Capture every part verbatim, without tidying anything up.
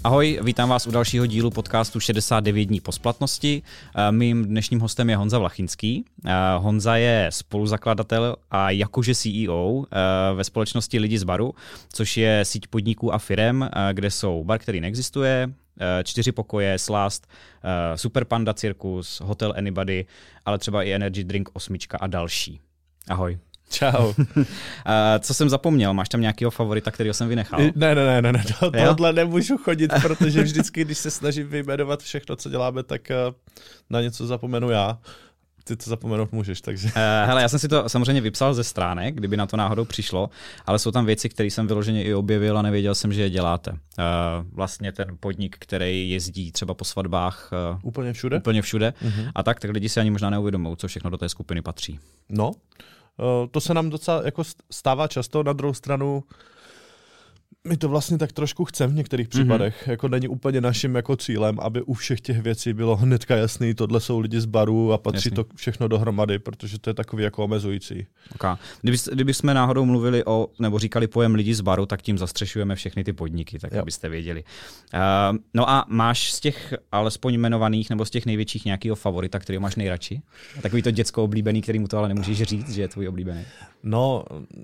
Ahoj, vítám vás u dalšího dílu podcastu šedesát devět dní po splatnosti. Mým dnešním hostem je Honza Vlachinský. Honza je spoluzakladatel a jakože C E O ve společnosti Lidi z baru, což je síť podniků a firem, kde jsou bar, který neexistuje, čtyři pokoje, Slast, Super Panda Cirkus, Hotel Anybody, ale třeba i Energy Drink osmička a další. Ahoj. Čau. Co jsem zapomněl? Máš tam nějakého favorita, kterýho jsem vynechal? Ne, ne, ne, ne, to, tohle nemůžu chodit, protože vždycky, když se snažím vyjmenovat všechno, co děláme, tak na něco zapomenu já. Ty to zapomenout můžeš, takže... Uh, hele, já jsem si to samozřejmě vypsal ze stránek, kdyby na to náhodou přišlo, ale jsou tam věci, které jsem vyloženě i objevil a nevěděl jsem, že je děláte. Uh, vlastně ten podnik, který jezdí třeba po svatbách... Uh, úplně všude? Úplně všude. Uh-huh. A tak, tak lidi si ani možná neuvědomou, co všechno do té skupiny patří. No, uh, to se nám docela jako stává často, na druhou stranu my to vlastně tak trošku chceme v některých případech. Mm-hmm. Jako není úplně naším jako cílem, aby u všech těch věcí bylo hnedka jasný, tohle jsou lidi z baru a patří Jasný. to všechno dohromady, protože to je takový jako omezující. Okay. Kdyby, kdyby jsme náhodou mluvili o, nebo říkali pojem lidi z baru, tak tím zastřešujeme všechny ty podniky, tak jo. abyste věděli. Uh, no a máš z těch alespoň jmenovaných, nebo z těch největších nějakého favorita, který máš nejradši? Takový to děcko oblíbený, který mu to ale nemůžeš říct, že je tvůj oblíbený. No...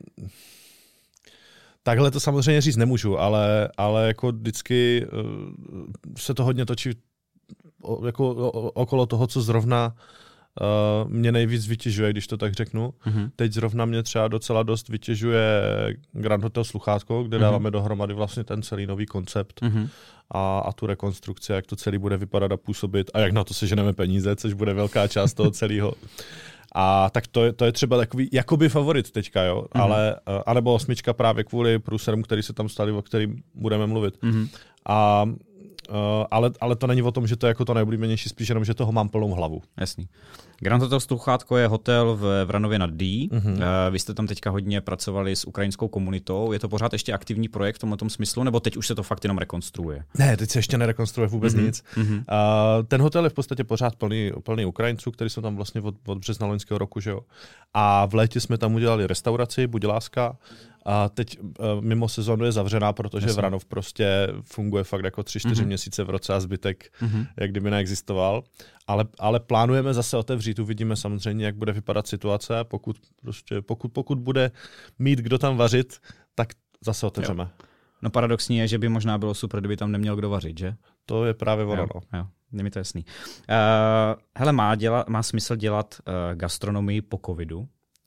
Takhle to samozřejmě říct nemůžu, ale, ale jako vždycky se to hodně točí jako okolo toho, co zrovna uh, mě nejvíc vytěžuje, když to tak řeknu. Mm-hmm. Teď zrovna mě třeba docela dost vytěžuje Grand Hotel Sluchátko, kde mm-hmm. dáváme dohromady vlastně ten celý nový koncept mm-hmm. a, a tu rekonstrukci, jak to celý bude vypadat a působit a jak na to seženeme peníze, což bude velká část toho celého. A tak to je, to je třeba takový jakoby favorit teďka, jo, mm-hmm. ale, anebo osmička právě kvůli průserům, který se tam stali, o kterým budeme mluvit. Mm-hmm. A, uh, ale, ale to není o tom, že to je jako to nejoblíbenější, spíš jenom, že toho mám plnou hlavu. Jasný. Grand Hotel Sluchátko je hotel v Vranově nad Dý. Mm-hmm. Uh, vy jste tam teďka hodně pracovali s ukrajinskou komunitou. Je to pořád ještě aktivní projekt v tomhle smyslu, nebo teď už se to fakt jenom rekonstruuje? Ne, teď se ještě nerekonstruuje vůbec mm-hmm. nic. Mm-hmm. Uh, ten hotel je v podstatě pořád plný, plný Ukrajinců, kteří jsou tam vlastně od, od března loňského roku, že jo. A v létě jsme tam udělali restauraci Buděláska. A teď uh, mimo sezónu je zavřená, protože Jasně. Vranov prostě funguje fakt jako tři, čtyři mm-hmm. měsíce v roce a zbytek, mm-hmm. jak kdyby neexistoval. Ale, ale plánujeme zase otevřít, uvidíme samozřejmě, jak bude vypadat situace. Pokud, prostě, pokud, pokud bude mít kdo tam vařit, tak zase otevřeme. Jo. No paradoxní je, že by možná bylo super, kdyby tam neměl kdo vařit, že? To je právě ono. Jo, jo, je mi to jasný. Uh, hele, má, děla, má smysl dělat uh, gastronomii po covidu?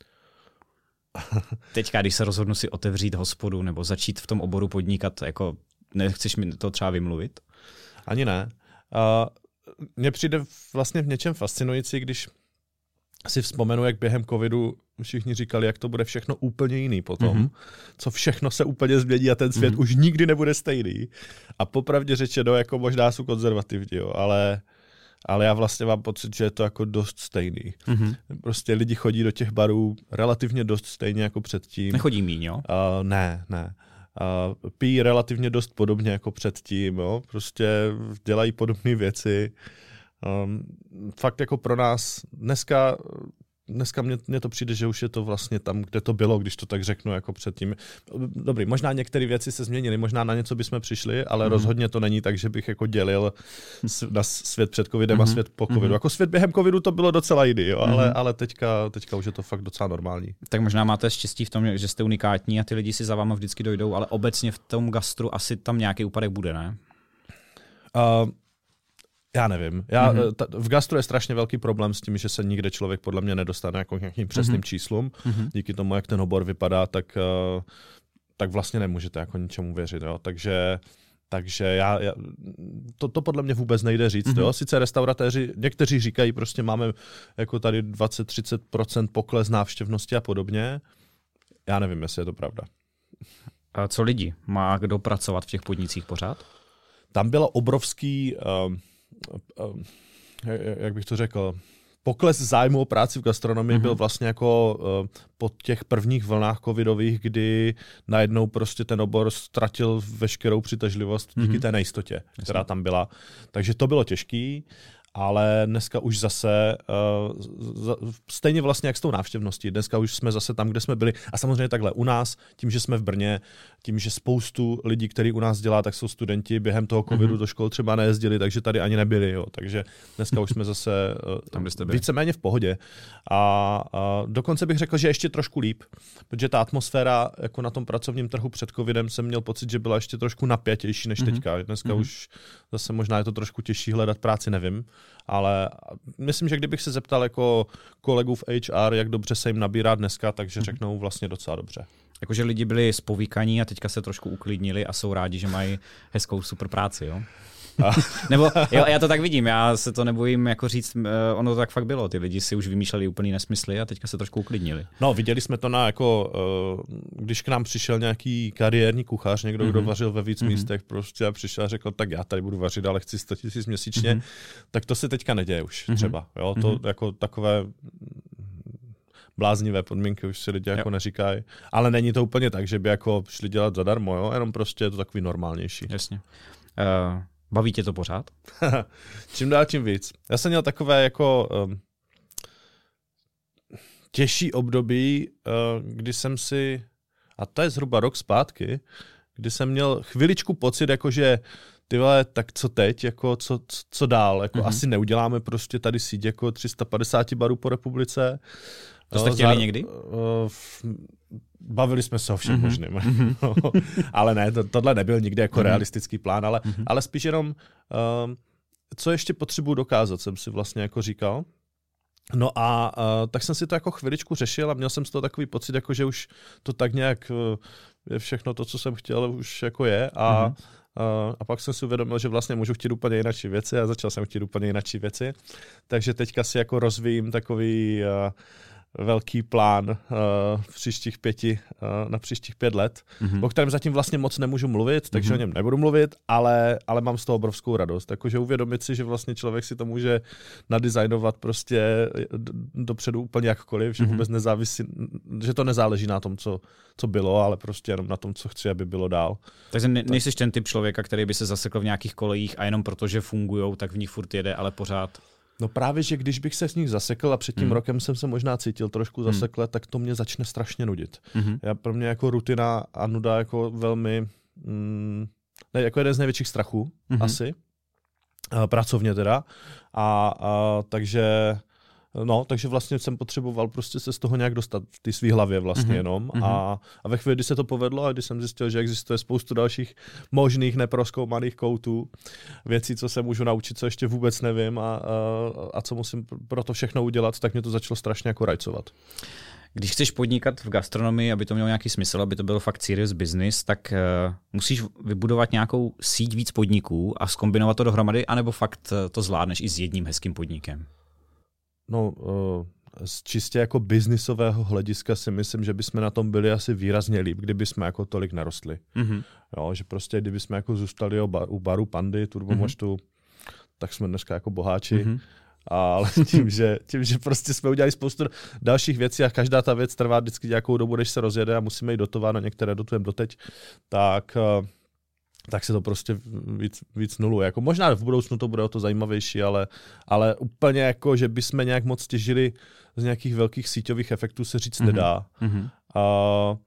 Teďka, když se rozhodnu si otevřít hospodu nebo začít v tom oboru podnikat, jako nechceš mi to třeba vymluvit? Ani ne. Uh, mně přijde vlastně v něčem fascinující, když si vzpomenu, jak během covidu všichni říkali, jak to bude všechno úplně jiný potom, mm-hmm. co všechno se úplně změní a ten svět mm-hmm. už nikdy nebude stejný. A popravdě řečeno, jako možná jsou konzervativní, jo, ale, ale já vlastně mám pocit, že je to jako dost stejný. Mm-hmm. Prostě lidi chodí do těch barů relativně dost stejně jako předtím. Nechodí míň, jo? Uh, ne, ne. Uh, pijí relativně dost podobně jako předtím, jo? Prostě dělají podobné věci. Um, fakt jako pro nás dneska, dneska mně, mně to přijde, že už je to vlastně tam, kde to bylo, když to tak řeknu jako předtím. Dobrý, možná některé věci se změnily, možná na něco bychom přišli, ale mm. rozhodně to není tak, že bych jako dělil na svět před covidem mm. a svět po covidu. Mm. Jako svět během covidu to bylo docela jiný, jo? Mm. ale, ale teďka, teďka už je to fakt docela normální. Tak možná máte štěstí v tom, že jste unikátní a ty lidi si za váma vždycky dojdou, ale obecně v tom gastru asi tam nějaký úpadek bude, ne? Uh, Já nevím. Já, mm-hmm. ta, v gastru je strašně velký problém s tím, že se nikde člověk podle mě nedostane jako nějakým přesným mm-hmm. číslům. Mm-hmm. Díky tomu, jak ten obor vypadá, tak, uh, tak vlastně nemůžete jako ničemu věřit. Jo? Takže, takže já, já, to, to podle mě vůbec nejde říct. Mm-hmm. Jo? Sice restauratéři, někteří říkají, prostě máme jako tady dvacet až třicet procent pokles návštěvnosti a podobně. Já nevím, jestli je to pravda. A co lidi? Má kdo pracovat v těch podnicích pořád? Tam bylo obrovský... Uh, jak bych to řekl, pokles zájmu o práci v gastronomii mm-hmm. byl vlastně jako uh, po těch prvních vlnách covidových, kdy najednou prostě ten obor ztratil veškerou přitažlivost díky mm-hmm. té nejistotě, která tam byla. Takže to bylo těžký ale dneska už zase, uh, stejně vlastně jak s tou návštěvností, dneska už jsme zase tam, kde jsme byli. A samozřejmě takhle u nás, tím, že jsme v Brně, tím, že spoustu lidí, který u nás dělá, tak jsou studenti, během toho covidu mm-hmm. do škol třeba nejezdili, takže tady ani nebyli. Jo. Takže dneska už jsme zase uh, tam víceméně v pohodě. A, a dokonce bych řekl, že ještě trošku líp, protože ta atmosféra jako na tom pracovním trhu před covidem jsem měl pocit, že byla ještě trošku napjatější než mm-hmm. teďka. Dneska mm-hmm. už zase možná je to trošku těžší hledat práci, nevím. Ale myslím, že kdybych se zeptal jako kolegů v H R, jak dobře se jim nabírá dneska, takže řeknou vlastně docela dobře. Jakože lidi byli spovíkaní a teďka se trošku uklidnili a jsou rádi, že mají hezkou super práci, jo? Nebo jo, já to tak vidím, já se to nebojím jako říct, ono to tak fakt bylo, ty lidi si už vymýšleli úplný nesmysly a teďka se trošku uklidnili. No, viděli jsme to na jako, když k nám přišel nějaký kariérní kuchař, někdo, mm-hmm. kdo vařil ve víc mm-hmm. místech, prostě a přišel a řekl, tak já tady budu vařit, ale chci sto tisíc měsíčně, mm-hmm. tak to se teďka neděje už mm-hmm. třeba, jo, to mm-hmm. jako takové bláznivé podmínky už si lidi jako neříkají, ale není to úplně tak, že by jako šli dělat zadarmo, jo, jenom prostě je to takový normálnější. Jasně. Uh... Baví tě to pořád? Čím dál tím víc. Já jsem měl takové jako um, těžší období, uh, kdy jsem si, a to je zhruba rok zpátky, kdy jsem měl chviličku pocit, jako že ty vole, tak co teď, jako co, co dál, jako mm-hmm. asi neuděláme prostě tady síť jako tři sta padesát barů po republice. To jste chtěli někdy? Uh, bavili jsme se o všem mm-hmm. možným. Mm-hmm. Ale ne, to, tohle nebyl nikdy jako mm-hmm. realistický plán, ale, mm-hmm. ale spíš jenom, uh, co ještě potřebuji dokázat, jsem si vlastně jako říkal. No a uh, tak jsem si to jako chviličku řešil a měl jsem z toho takový pocit, jako že už to tak nějak uh, je všechno to, co jsem chtěl, už jako je a mm-hmm. Uh, a pak jsem si uvědomil, že vlastně můžu chtít úplně jináčí věci a začal jsem chtít úplně jináčí věci. Takže teďka si jako rozvíjím takový uh, velký plán uh, v příštích pěti, uh, na příštích pět let, mm-hmm. o kterém zatím vlastně moc nemůžu mluvit, takže mm-hmm. o něm nebudu mluvit, ale, ale mám z toho obrovskou radost. Takže uvědomit si, že vlastně člověk si to může nadizajnovat prostě dopředu úplně jakkoliv, že mm-hmm. vůbec nezávisí, že to nezáleží na tom, co, co bylo, ale prostě jenom na tom, co chci, aby bylo dál. Takže ne, nejsi ten typ člověka, který by se zasekl v nějakých kolejích a jenom protože fungujou, tak v nich furt jede, ale pořád... No právě, že když bych se z nich zasekl a před tím mm. rokem jsem se možná cítil trošku zasekle, mm. tak to mě začne strašně nudit. Mm. Já, pro mě jako rutina a nuda jako velmi, mm, ne, jako jeden z největších strachů mm. asi, a pracovně teda. A, a takže... No, takže vlastně jsem potřeboval prostě se z toho nějak dostat v té svý hlavě vlastně mm-hmm. jenom. A, a ve chvíli, kdy se to povedlo a když jsem zjistil, že existuje spoustu dalších možných neprozkoumaných koutů, věcí, co se můžu naučit, co ještě vůbec nevím a, a, a co musím pro to všechno udělat, tak mě to začalo strašně jako rajcovat. Když chceš podnikat v gastronomii, aby to mělo nějaký smysl, aby to bylo fakt serious business, tak uh, musíš vybudovat nějakou síť víc podniků a zkombinovat to dohromady, anebo fakt to zvládneš i s jedním hezkým podnikem? No, z čistě jako biznisového hlediska si myslím, že bychom na tom byli asi výrazně líp, kdyby jsme jako tolik narostli. Mm-hmm. Jo, že prostě kdyby jsme jako zůstali u baru Pandy, Turbomoštu, mm-hmm. tak jsme dneska jako boháči. Mm-hmm. Ale tím že, tím, že prostě jsme udělali spoustu dalších věcí a každá ta věc trvá vždycky nějakou dobu, než se rozjede a musíme jít dotovat, a některé dotujeme doteď, tak... tak se to prostě víc, víc nuluje. Jako možná v budoucnu to bude o to zajímavější, ale, ale úplně jako, že bychom nějak moc těžili z nějakých velkých síťových efektů, se říct mm-hmm. nedá. Mm-hmm. Uh,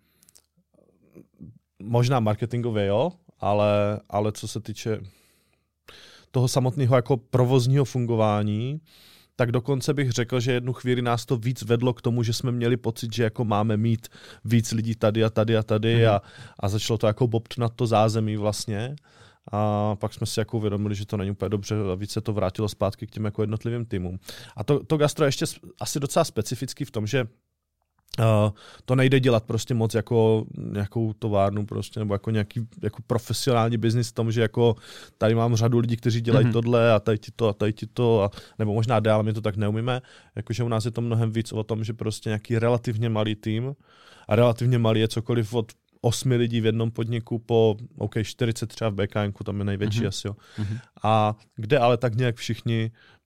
možná marketingově jo, ale, ale co se týče toho samotného jako provozního fungování, tak dokonce bych řekl, že jednu chvíli nás to víc vedlo k tomu, že jsme měli pocit, že jako máme mít víc lidí tady a tady a tady mm. a, a začalo to jako bobtnat to zázemí vlastně. A pak jsme si jako uvědomili, že to není úplně dobře a víc se to vrátilo zpátky k těm jako jednotlivým týmům. A to, to gastro je ještě asi docela specifický v tom, že Uh, to nejde dělat prostě moc jako nějakou továrnu prostě, nebo jako nějaký jako profesionální biznis v tom, že jako tady mám řadu lidí, kteří dělají mm-hmm. tohle a tady ti to a tady ti to a nebo možná dál, my to tak neumíme. Jakože u nás je to mnohem víc o tom, že prostě nějaký relativně malý tým a relativně malý je cokoliv od osmi lidí v jednom podniku po OK, čtyřicet třeba v bé ká emku, tam je největší mm-hmm. asi jo. Mm-hmm. A kde ale tak nějak všichni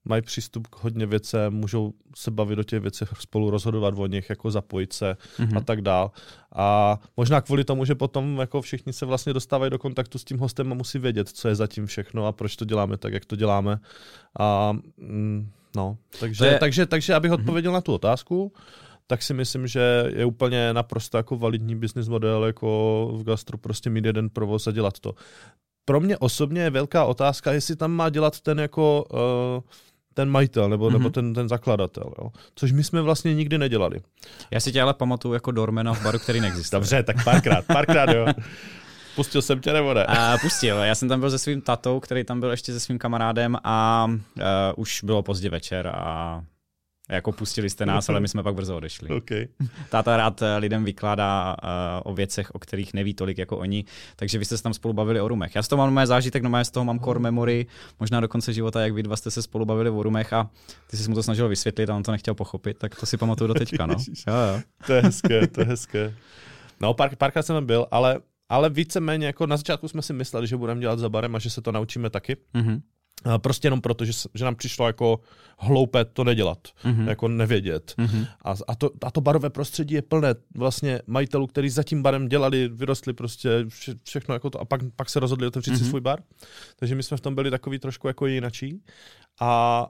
mají přístup k hodně věcem, můžou se bavit o těch věcech, spolu rozhodovat o nich, jako zapojit se mm-hmm. a tak dál. A možná kvůli tomu, že potom jako všichni se vlastně dostávají do kontaktu s tím hostem a musí vědět, co je zatím všechno a proč to děláme tak, jak to děláme. A mm, no, takže, je... takže, takže abych odpověděl mm-hmm. na tu otázku, tak si myslím, že je úplně naprosto jako validní business model jako v gastru prostě mít jeden provoz a dělat to. Pro mě osobně je velká otázka, jestli tam má dělat ten jako uh, ten majitel nebo, mm-hmm. nebo ten, ten zakladatel, jo? Což my jsme vlastně nikdy nedělali. Já si tě ale pamatuju jako doormana v baru, který neexistuje. Dobře, tak párkrát, párkrát, jo. Pustil jsem tě nebo ne? Uh, pustil, já jsem tam byl se svým tatou, který tam byl ještě se svým kamarádem a uh, už bylo pozdě večer a jako pustili jste nás, ale my jsme pak brzo odešli. Okay. Táta rád lidem vykládá uh, o věcech, o kterých neví tolik jako oni, takže vy jste se tam spolu bavili o rumech. Já z toho mám mé zážitek, no má z toho mám core memory, možná do konce života, jak vy dva jste se spolu bavili o rumech a ty jsi mu to snažil vysvětlit a on to nechtěl pochopit, tak to si pamatuju do teďka, no. Jo, jo. To je hezké, to je hezké. No, pár, párkrát jsem byl, ale, ale víceméně jako na začátku jsme si mysleli, že budeme dělat za barem a že se to naučíme taky. Mm-hmm. Prostě jenom proto, že, že nám přišlo jako hloupé to nedělat, mm-hmm. jako nevědět. Mm-hmm. A, a, to, a to barové prostředí je plné vlastně majitelů, kteří za tím barem dělali, vyrostli prostě vše, všechno jako to a pak, pak se rozhodli otevřít mm-hmm. si svůj bar. Takže my jsme v tom byli takový trošku jako jinačí. A,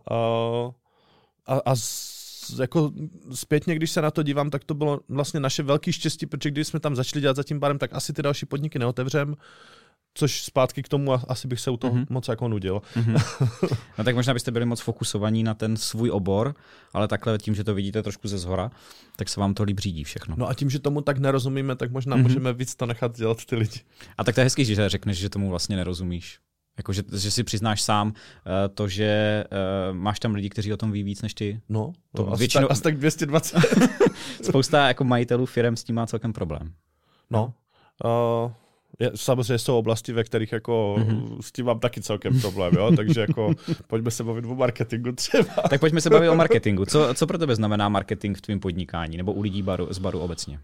a, a z, jako zpětně, když se na to dívám, tak to bylo vlastně naše velké štěstí, protože když jsme tam začali dělat za tím barem, tak asi ty další podniky neotevřem. Což zpátky k tomu asi bych se u toho mm-hmm. moc jako nudil. Mm-hmm. No tak možná byste byli moc fokusovaní na ten svůj obor, ale takhle tím, že to vidíte trošku ze zhora, tak se vám to líp řídí všechno. No a tím, že tomu tak nerozumíme, tak možná mm-hmm. můžeme víc to nechat dělat ty lidi. A tak to je hezký, že řekneš, že tomu vlastně nerozumíš. Jako, že, že si přiznáš sám uh, to, že uh, máš tam lidi, kteří o tom ví víc než ty. No, to asi, většinou... tak, asi tak dvě stě dvacet. Spousta jako majitelů firem s tím má celkem problém. No, uh... Je, samozřejmě jsou oblasti, ve kterých jako mm-hmm. s tím mám taky celkem problém, jo? Takže jako pojďme se bavit o marketingu třeba. Tak pojďme se bavit o marketingu. Co, co pro tebe znamená marketing v tvém podnikání nebo u lidí baru, z baru obecně?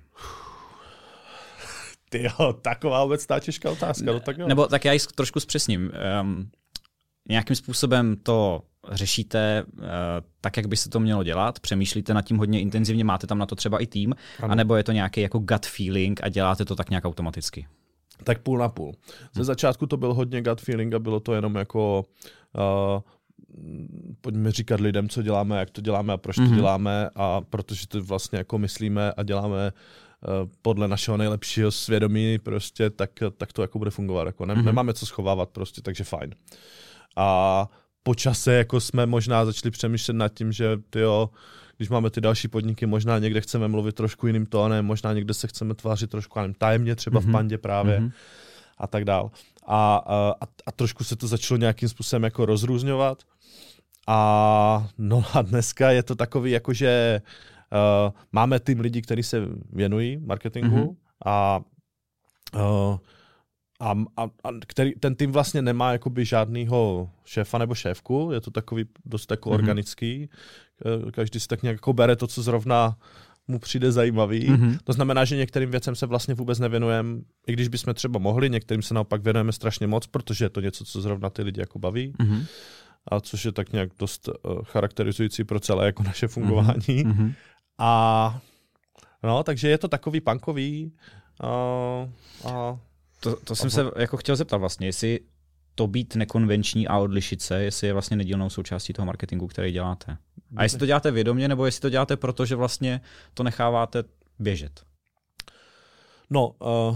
Tyjo, taková obecná těžká otázka. No tak jo. Nebo tak já ji trošku zpřesním. Um, nějakým způsobem to řešíte uh, tak, jak by se to mělo dělat? Přemýšlíte nad tím hodně intenzivně? Máte tam na to třeba i tým? Ano. A nebo je to nějaký jako gut feeling a děláte to tak nějak automaticky? Tak půl na půl. Ze začátku to byl hodně gut feeling a bylo to jenom jako uh, pojďme říkat lidem, co děláme, jak to děláme a proč mm-hmm. to děláme a protože to vlastně jako myslíme a děláme uh, podle našeho nejlepšího svědomí prostě, tak, tak to jako bude fungovat. Jako ne, mm-hmm. Nemáme co schovávat prostě, takže fajn. A po čase jako jsme možná začali přemýšlet nad tím, že tyjo, když máme ty další podniky, možná někde chceme mluvit trošku jiným tónem, možná někde se chceme tvářit trošku jiným tajemně, třeba mm-hmm. v Pandě právě mm-hmm. a tak dál. A, a, a trošku se to začalo nějakým způsobem jako rozrůzňovat. A no a dneska je to takový, jakože uh, máme tým lidí, kteří se věnují marketingu mm-hmm. a uh, A, a, a který, ten tým vlastně nemá jakoby žádnýho šéfa nebo šéfku, je to takový dost jako mm-hmm. organický, každý si tak nějak jako bere to, co zrovna mu přijde zajímavý. Mm-hmm. To znamená, že některým věcem se vlastně vůbec nevěnujeme, i když bychom třeba mohli, některým se naopak věnujeme strašně moc, protože je to něco, co zrovna ty lidi jako baví. Mm-hmm. A což je tak nějak dost uh, charakterizující pro celé jako naše fungování. Mm-hmm. A no, takže je to takový punkový uh, a To, to jsem se jako chtěl zeptat vlastně, jestli to být nekonvenční a odlišit se, jestli je vlastně nedílnou součástí toho marketingu, který děláte. A jestli to děláte vědomě, nebo jestli to děláte proto, že vlastně to necháváte běžet. No, uh,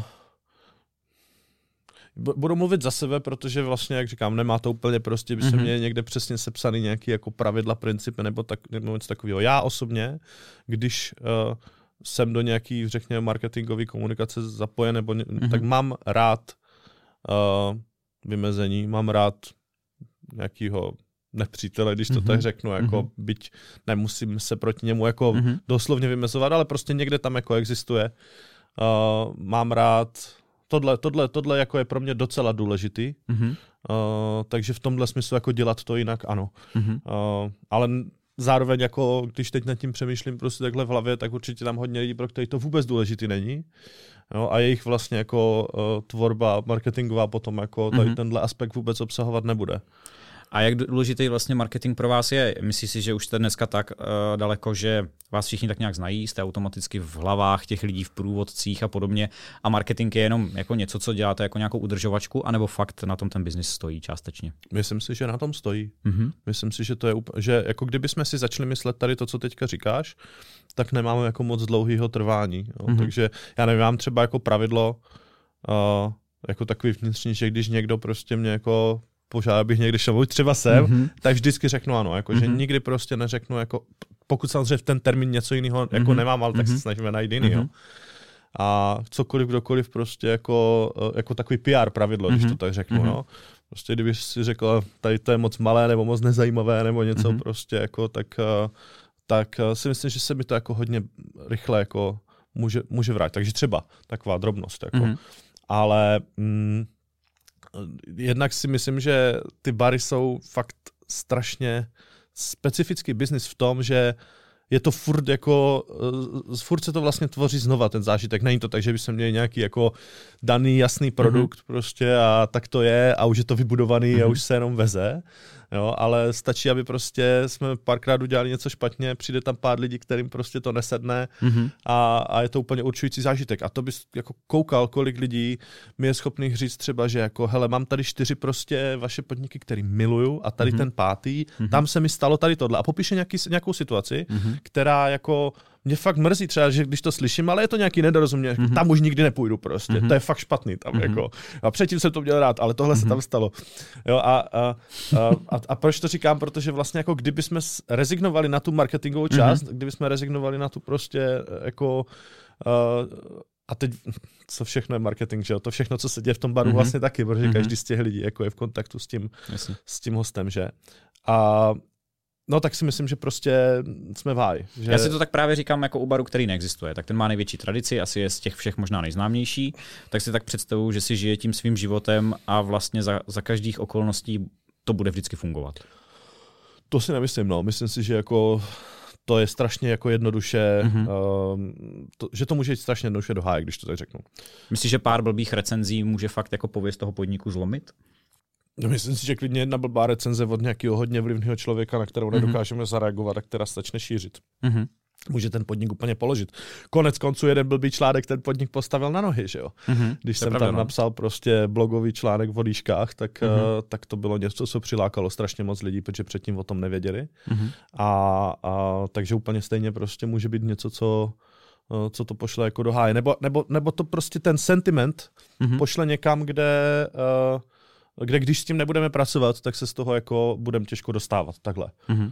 budu mluvit za sebe, protože vlastně, jak říkám, nemá to úplně prostě, by se mm-hmm. mě někde přesně sepsaný nějaký jako pravidla, principy, nebo, tak, nebo něco takového. Já osobně, když uh, jsem do nějaký, řekněme, marketingové komunikace zapojen, nebo ně, mm-hmm. tak mám rád uh, vymezení, mám rád nějakýho nepřítele, když to mm-hmm. tak řeknu, jako mm-hmm. byť nemusím se proti němu jako mm-hmm. doslovně vymezovat, ale prostě někde tam jako existuje. Uh, mám rád tohle, tohle, tohle jako je pro mě docela důležitý, mm-hmm. uh, takže v tomhle smyslu jako dělat to jinak, ano. Mm-hmm. Uh, ale zároveň jako, když teď nad tím přemýšlím prostě takhle v hlavě, tak určitě tam hodně lidí, pro který to vůbec důležitý není. Jo, a jejich vlastně jako uh, tvorba marketingová potom jako tady mm-hmm. tenhle aspekt vůbec obsahovat nebude. A jak důležitý vlastně marketing pro vás je? Myslíš si, že už jste dneska tak uh, daleko, že vás všichni tak nějak znají, jste automaticky v hlavách těch lidí, v průvodcích a podobně a marketing je jenom jako něco, co děláte jako nějakou udržovačku, anebo fakt na tom ten biznis stojí částečně? Myslím si, že na tom stojí. Mm-hmm. Myslím si, že to je úplně, že jako kdybychom si začali myslet tady to, co teďka říkáš, tak nemáme jako moc dlouhého trvání. Jo? Mm-hmm. Takže já nevím, mám třeba jako pravidlo, uh, jako takový vnitřní, že když někdo prostě mě jako požádá, abych někdy šel třeba sem, mm-hmm. tak vždycky řeknu ano, jako, mm-hmm. že nikdy prostě neřeknu, jako, pokud samozřejmě v ten termín něco jiného jako mm-hmm. nemám, ale tak se snažíme najít jiný. Mm-hmm. A cokoliv, kdokoliv prostě jako, jako takový P R pravidlo, mm-hmm. když to tak řeknu. Mm-hmm. No. Prostě kdybych si řekl, tady to je moc malé nebo moc nezajímavé nebo něco mm-hmm. prostě, jako, tak, tak si myslím, že se mi to jako hodně rychle jako může, může vrátit. Takže třeba taková drobnost. Jako. Mm-hmm. Ale mm, jednak si myslím, že ty bary jsou fakt strašně specifický biznis v tom, že je to furt jako, furt se to vlastně tvoří znova ten zážitek. Není to tak, že bychom měli nějaký jako daný jasný produkt mm-hmm. prostě a tak to je a už je to vybudovaný mm-hmm. a už se jenom veze. Jo, ale stačí, aby prostě jsme párkrát udělali něco špatně, přijde tam pár lidí, kterým prostě to nesedne mm-hmm. a, a je to úplně určující zážitek. A to bys jako koukal, kolik lidí mi je schopných říct třeba, že jako hele, mám tady čtyři prostě vaše podniky, který miluju a tady mm-hmm. ten pátý, mm-hmm. tam se mi stalo tady tohle. A popíše nějaký, nějakou situaci, mm-hmm. která jako mě fakt mrzí třeba, že když to slyším, ale je to nějaký nedorozumění, mm-hmm. tam už nikdy nepůjdu prostě, mm-hmm. to je fakt špatný tam, mm-hmm. jako. A předtím jsem to měl rád, ale tohle mm-hmm. se tam stalo. Jo, a, a, a, a, a proč to říkám? Protože vlastně jako kdyby jsme rezignovali na tu marketingovou část, mm-hmm. kdyby jsme rezignovali na tu prostě jako uh, a teď, co všechno je marketing, že jo? To všechno, co se děje v tom baru mm-hmm. vlastně taky, protože mm-hmm. každý z těch lidí jako je v kontaktu s tím, s tím hostem, že? A no tak si myslím, že prostě jsme v háji. Že... Já si to tak právě říkám jako u baru, který neexistuje. Tak ten má největší tradici, asi je z těch všech možná nejznámější. Tak si tak představuju, že si žije tím svým životem a vlastně za, za každých okolností to bude vždycky fungovat. To si nemyslím, no. Myslím si, že jako to je strašně jako jednoduše, mm-hmm. uh, to, že to může jít strašně jednoduše do háje, když to tak řeknu. Myslíš, že pár blbých recenzí může fakt jako pověst toho podniku zlomit? Myslím si, že klidně jedna blbá recenze od nějakého hodně vlivného člověka, na kterou nedokážeme mm-hmm. zareagovat a která se začne šířit. Mm-hmm. Může ten podnik úplně položit. Konec konců jeden blbý článek ten podnik postavil na nohy, že jo. Mm-hmm. Když jsem pravda, tam no. napsal prostě blogový článek v Odíškách, tak, mm-hmm. uh, tak to bylo něco, co přilákalo strašně moc lidí, protože předtím o tom nevěděli. Mm-hmm. A, a takže úplně stejně prostě může být něco, co, uh, co to pošle jako do háje. Nebo, nebo, nebo to prostě ten sentiment mm-hmm. pošle někam, kde... Uh, kde když s tím nebudeme pracovat, tak se z toho jako budeme těžko dostávat, takhle. Mm-hmm.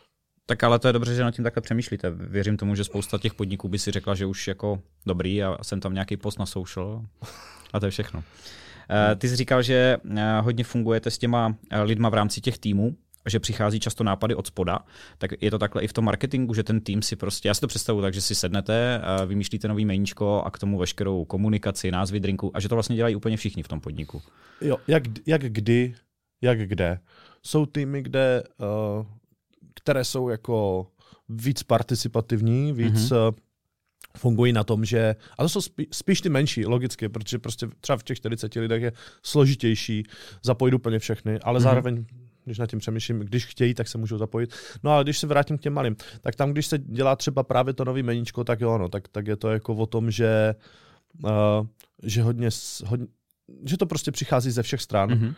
Tak ale to je dobře, že nad tím takhle přemýšlíte. Věřím tomu, že spousta těch podniků by si řekla, že už jako dobrý a jsem tam nějaký post na social a to je všechno. Mm. Ty jsi říkal, že hodně fungujete s těma lidma v rámci těch týmů, že přichází často nápady od spoda, tak je to takhle i v tom marketingu, že ten tým si prostě, já si to představuji tak, že si sednete, vymýšlíte nový meníčko a k tomu veškerou komunikaci, názvy drinku a že to vlastně dělají úplně všichni v tom podniku. Jo, jak, jak kdy, jak kde. Jsou týmy, kde, uh, které jsou jako víc participativní, víc mm-hmm. uh, fungují na tom, že, a to jsou spí, spíš ty menší, logicky, protože prostě třeba v těch čtyřiceti lidech je složitější zapojit úplně všechny, ale mm-hmm. zároveň když nad tím přemýšlím, když chtějí, tak se můžou zapojit. No ale když se vrátím k těm malým, tak tam, když se dělá třeba právě to nový meníčko, tak jo, no, tak, tak je to jako o tom, že, uh, že hodně, hodně, že to prostě přichází ze všech stran. Mm-hmm.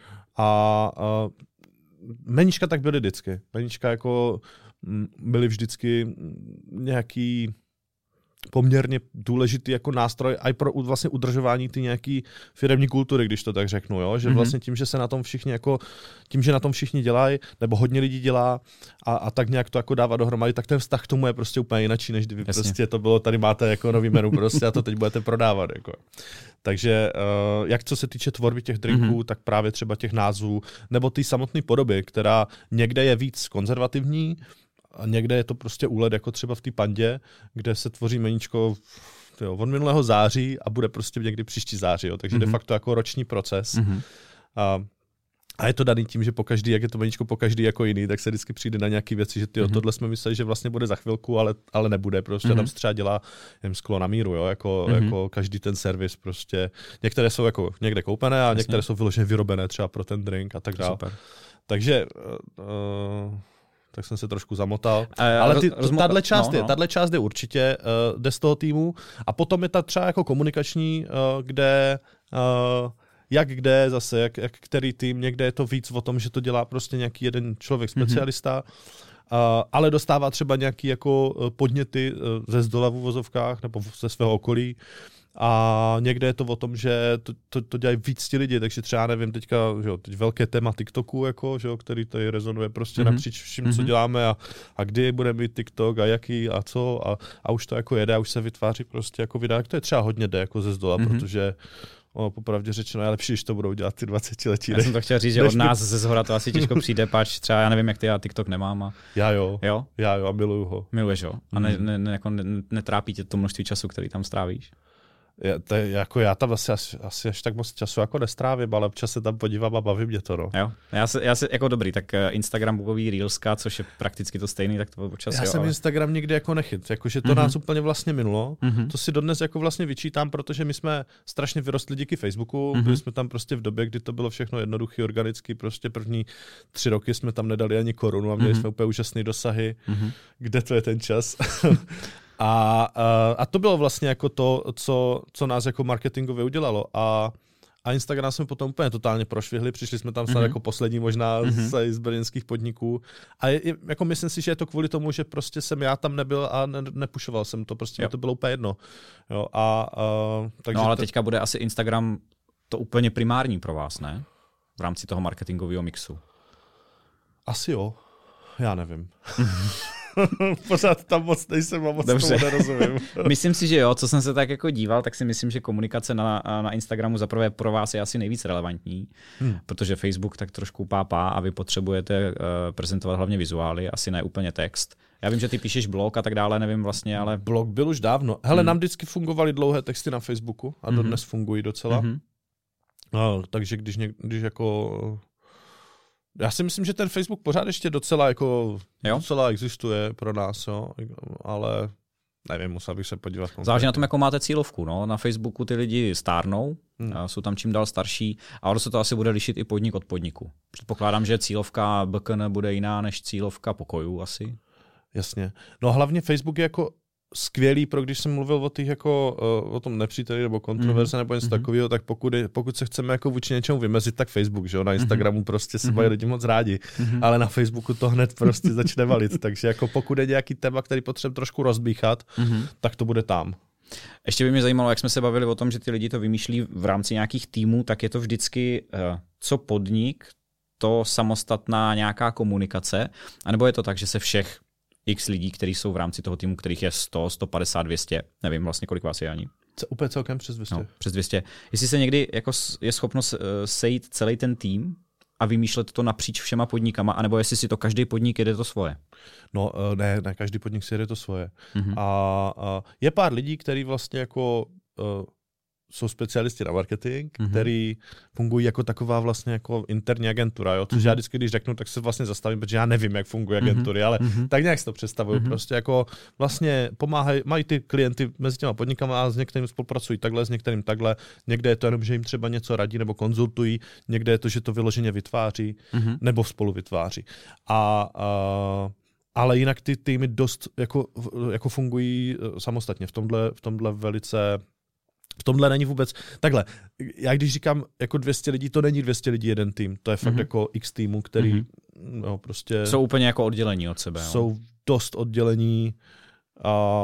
A uh, meníčka tak byly vždycky. Meníčka jako m, byly vždycky nějaký poměrně důležitý jako nástroj i pro vlastně udržování ty nějaký firemní kultury, když to tak řeknu, jo? Že mm-hmm. vlastně tím, že se na tom všichni jako, tím, že na tom všichni dělají, nebo hodně lidí dělá a, a tak nějak to jako dává dohromady, tak ten vztah k tomu je prostě úplně jináčí, než kdyby Jasně. prostě to bylo, tady máte jako nový menu prostě a to teď budete prodávat. Jako. Takže uh, jak co se týče tvorby těch drinků, mm-hmm. tak právě třeba těch názvů, nebo ty samotné podoby, která někde je víc konzervativní, a někde je to prostě úlet, jako třeba v té Pandě, kde se tvoří meníčko tyjo, od minulého září a bude prostě někdy příští září. Jo. Takže mm-hmm. de facto jako roční proces. Mm-hmm. A, a je to daný tím, že pokaždý, jak je to meníčko pokaždý jako jiný, tak se vždycky přijde na nějaké věci, že tyjo, mm-hmm. tohle jsme mysleli, že vlastně bude za chvilku, ale, ale nebude. Prostě mm-hmm. tam se třeba dělá jen sklo na míru, jo, jako, mm-hmm. jako každý ten servis. Prostě. Některé jsou jako někde koupené a Jasně. některé jsou vyloženě vyrobené třeba pro ten drink a tak dále. takže uh, tak jsem se trošku zamotal. Uh, Ale ty, rozmo- tahle část, no, je, no. tahle část je určitě, uh, jde z toho týmu. A potom je ta třeba jako komunikační, uh, kde uh, jak kde zase, jak, jak který tým, někde je to víc o tom, že to dělá prostě nějaký jeden člověk specialista, mm-hmm. uh, ale dostává třeba nějaký jako podněty uh, ze zdola v uvozovkách nebo ze svého okolí. A někde je to o tom, že to, to, to dělají víc ti lidi, takže třeba nevím, teďka, že jo, teď velké téma TikToku, jako, že jo, který tady rezonuje prostě mm-hmm. napříč vším, mm-hmm. co děláme a, a kdy bude mít TikTok a jaký a co a, a už to jako jede a už se vytváří prostě jako videa, to je třeba hodně jde jako ze zdola, mm-hmm. protože o, popravdě řečeno je lepší, když to budou dělat ty dvacetiletí. Já jsem to chtěl říct, že od nás ze zhora to asi těžko přijde, pač třeba já nevím, jak ty, já TikTok nemám. A... Já jo, jo, já jo a miluju ho. Miluješ ho a ne, ne, ne, jako ne, netrápí tě to množství času, který tam strávíš? Já, to je, jako já tam asi, asi, asi až tak moc času jako nestrávím, ale občas se tam podívám a baví mě to. No. Jo, já se, já se jako dobrý, tak Instagramový Reelska, což je prakticky to stejný, tak to občas Já jo, jsem ale... Instagram nikdy jako nechyt, jakože to mm-hmm. nás úplně vlastně minulo. Mm-hmm. To si dodnes jako vlastně vyčítám, protože my jsme strašně vyrostli díky Facebooku, mm-hmm. byli jsme tam prostě v době, kdy to bylo všechno jednoduchý, organický, prostě první tři roky jsme tam nedali ani korunu a měli mm-hmm. jsme úplně úžasné dosahy. Mm-hmm. Kde to je ten čas? A, a, a to bylo vlastně jako to, co, co nás jako marketingově udělalo. A, a Instagram jsme potom úplně totálně prošvihli, přišli jsme tam mm-hmm. jako poslední možná mm-hmm. z, z brněnských podniků. A je, jako myslím si, že je to kvůli tomu, že prostě jsem já tam nebyl a ne, nepušoval jsem to, prostě mi to bylo úplně jedno. Jo, a, a, takže no ale to... teďka bude asi Instagram to úplně primární pro vás, ne? V rámci toho marketingového mixu. Asi jo, já nevím. Pořád tam moc nejsem a moc Dobře. tomu nerozumím. Myslím si, že jo, co jsem se tak jako díval, tak si myslím, že komunikace na, na Instagramu zaprvé pro vás je asi nejvíc relevantní, hmm. protože Facebook tak trošku pápá a vy potřebujete uh, prezentovat hlavně vizuály, asi ne úplně text. Já vím, že ty píšeš blog a tak dále, nevím vlastně, ale... Blog byl už dávno. Hele, hmm. nám vždycky fungovaly dlouhé texty na Facebooku a dodnes hmm. fungují docela. Hmm. No, takže když, něk, když jako... Já si myslím, že ten Facebook pořád ještě docela jako jo? docela existuje pro nás, jo, ale nevím, musel bych se podívat konkrétně. Záleží na tom, jakou máte cílovku. No. Na Facebooku ty lidi stárnou, hmm. jsou tam čím dál starší a ono se to asi bude lišit i podnik od podniku. Předpokládám, že cílovka B K N bude jiná než cílovka pokojů asi. Jasně. No hlavně Facebook je jako skvělý, pro když jsem mluvil o těch jako o tom nepříteli nebo kontroverze mm-hmm. nebo něco mm-hmm. takového, tak pokud, je, pokud se chceme jako vůči něčemu vymezit, tak Facebook, že jo, na Instagramu mm-hmm. prostě se mají lidi moc rádi, mm-hmm. ale na Facebooku to hned prostě začne valit, takže jako pokud je nějaký téma, který potřebuje trošku rozbíchat, mm-hmm. tak to bude tam. Ještě by mě zajímalo, jak jsme se bavili o tom, že ty lidi to vymýšlí v rámci nějakých týmů, tak je to vždycky co podnik, to samostatná nějaká komunikace, anebo je to tak, že se všech x lidí, kteří jsou v rámci toho týmu, kterých je sto, sto padesát, dvě stě, nevím vlastně, kolik vás je ani. Co, úplně celkem přes dvě stě. No, přes dvě stě. Jestli se někdy jako je schopno sejít celý ten tým a vymýšlet to napříč všema podnikama, anebo jestli si to každý podnik jede to svoje? No ne, ne každý podnik si jede to svoje. Mm-hmm. A, a je pár lidí, kteří vlastně jako uh, jsou specialisti na marketing, mm-hmm. který fungují jako taková vlastně jako interní agentura, jo? Což mm-hmm. já vždycky, když řeknu, tak se vlastně zastavím, protože já nevím, jak fungují agentury, mm-hmm. ale mm-hmm. tak nějak si to představuju. Mm-hmm. Prostě jako vlastně pomáhají, mají ty klienty mezi těma podnikama a s některým spolupracují takhle, s některým takhle. Někde je to jenom, že jim třeba něco radí nebo konzultují, někde je to, že to vyloženě vytváří mm-hmm. nebo spolu vytváří. A, a ale jinak ty týmy dost jako, jako fungují samostatně. V tomhle, v tomhle velice V tomhle není vůbec... Takhle, já když říkám jako dvě stě lidí, to není dvě stě lidí jeden tým. To je fakt mm-hmm. jako x týmů, který mm-hmm. no, prostě... Jsou úplně jako oddělení od sebe. Jsou jo? dost oddělení a,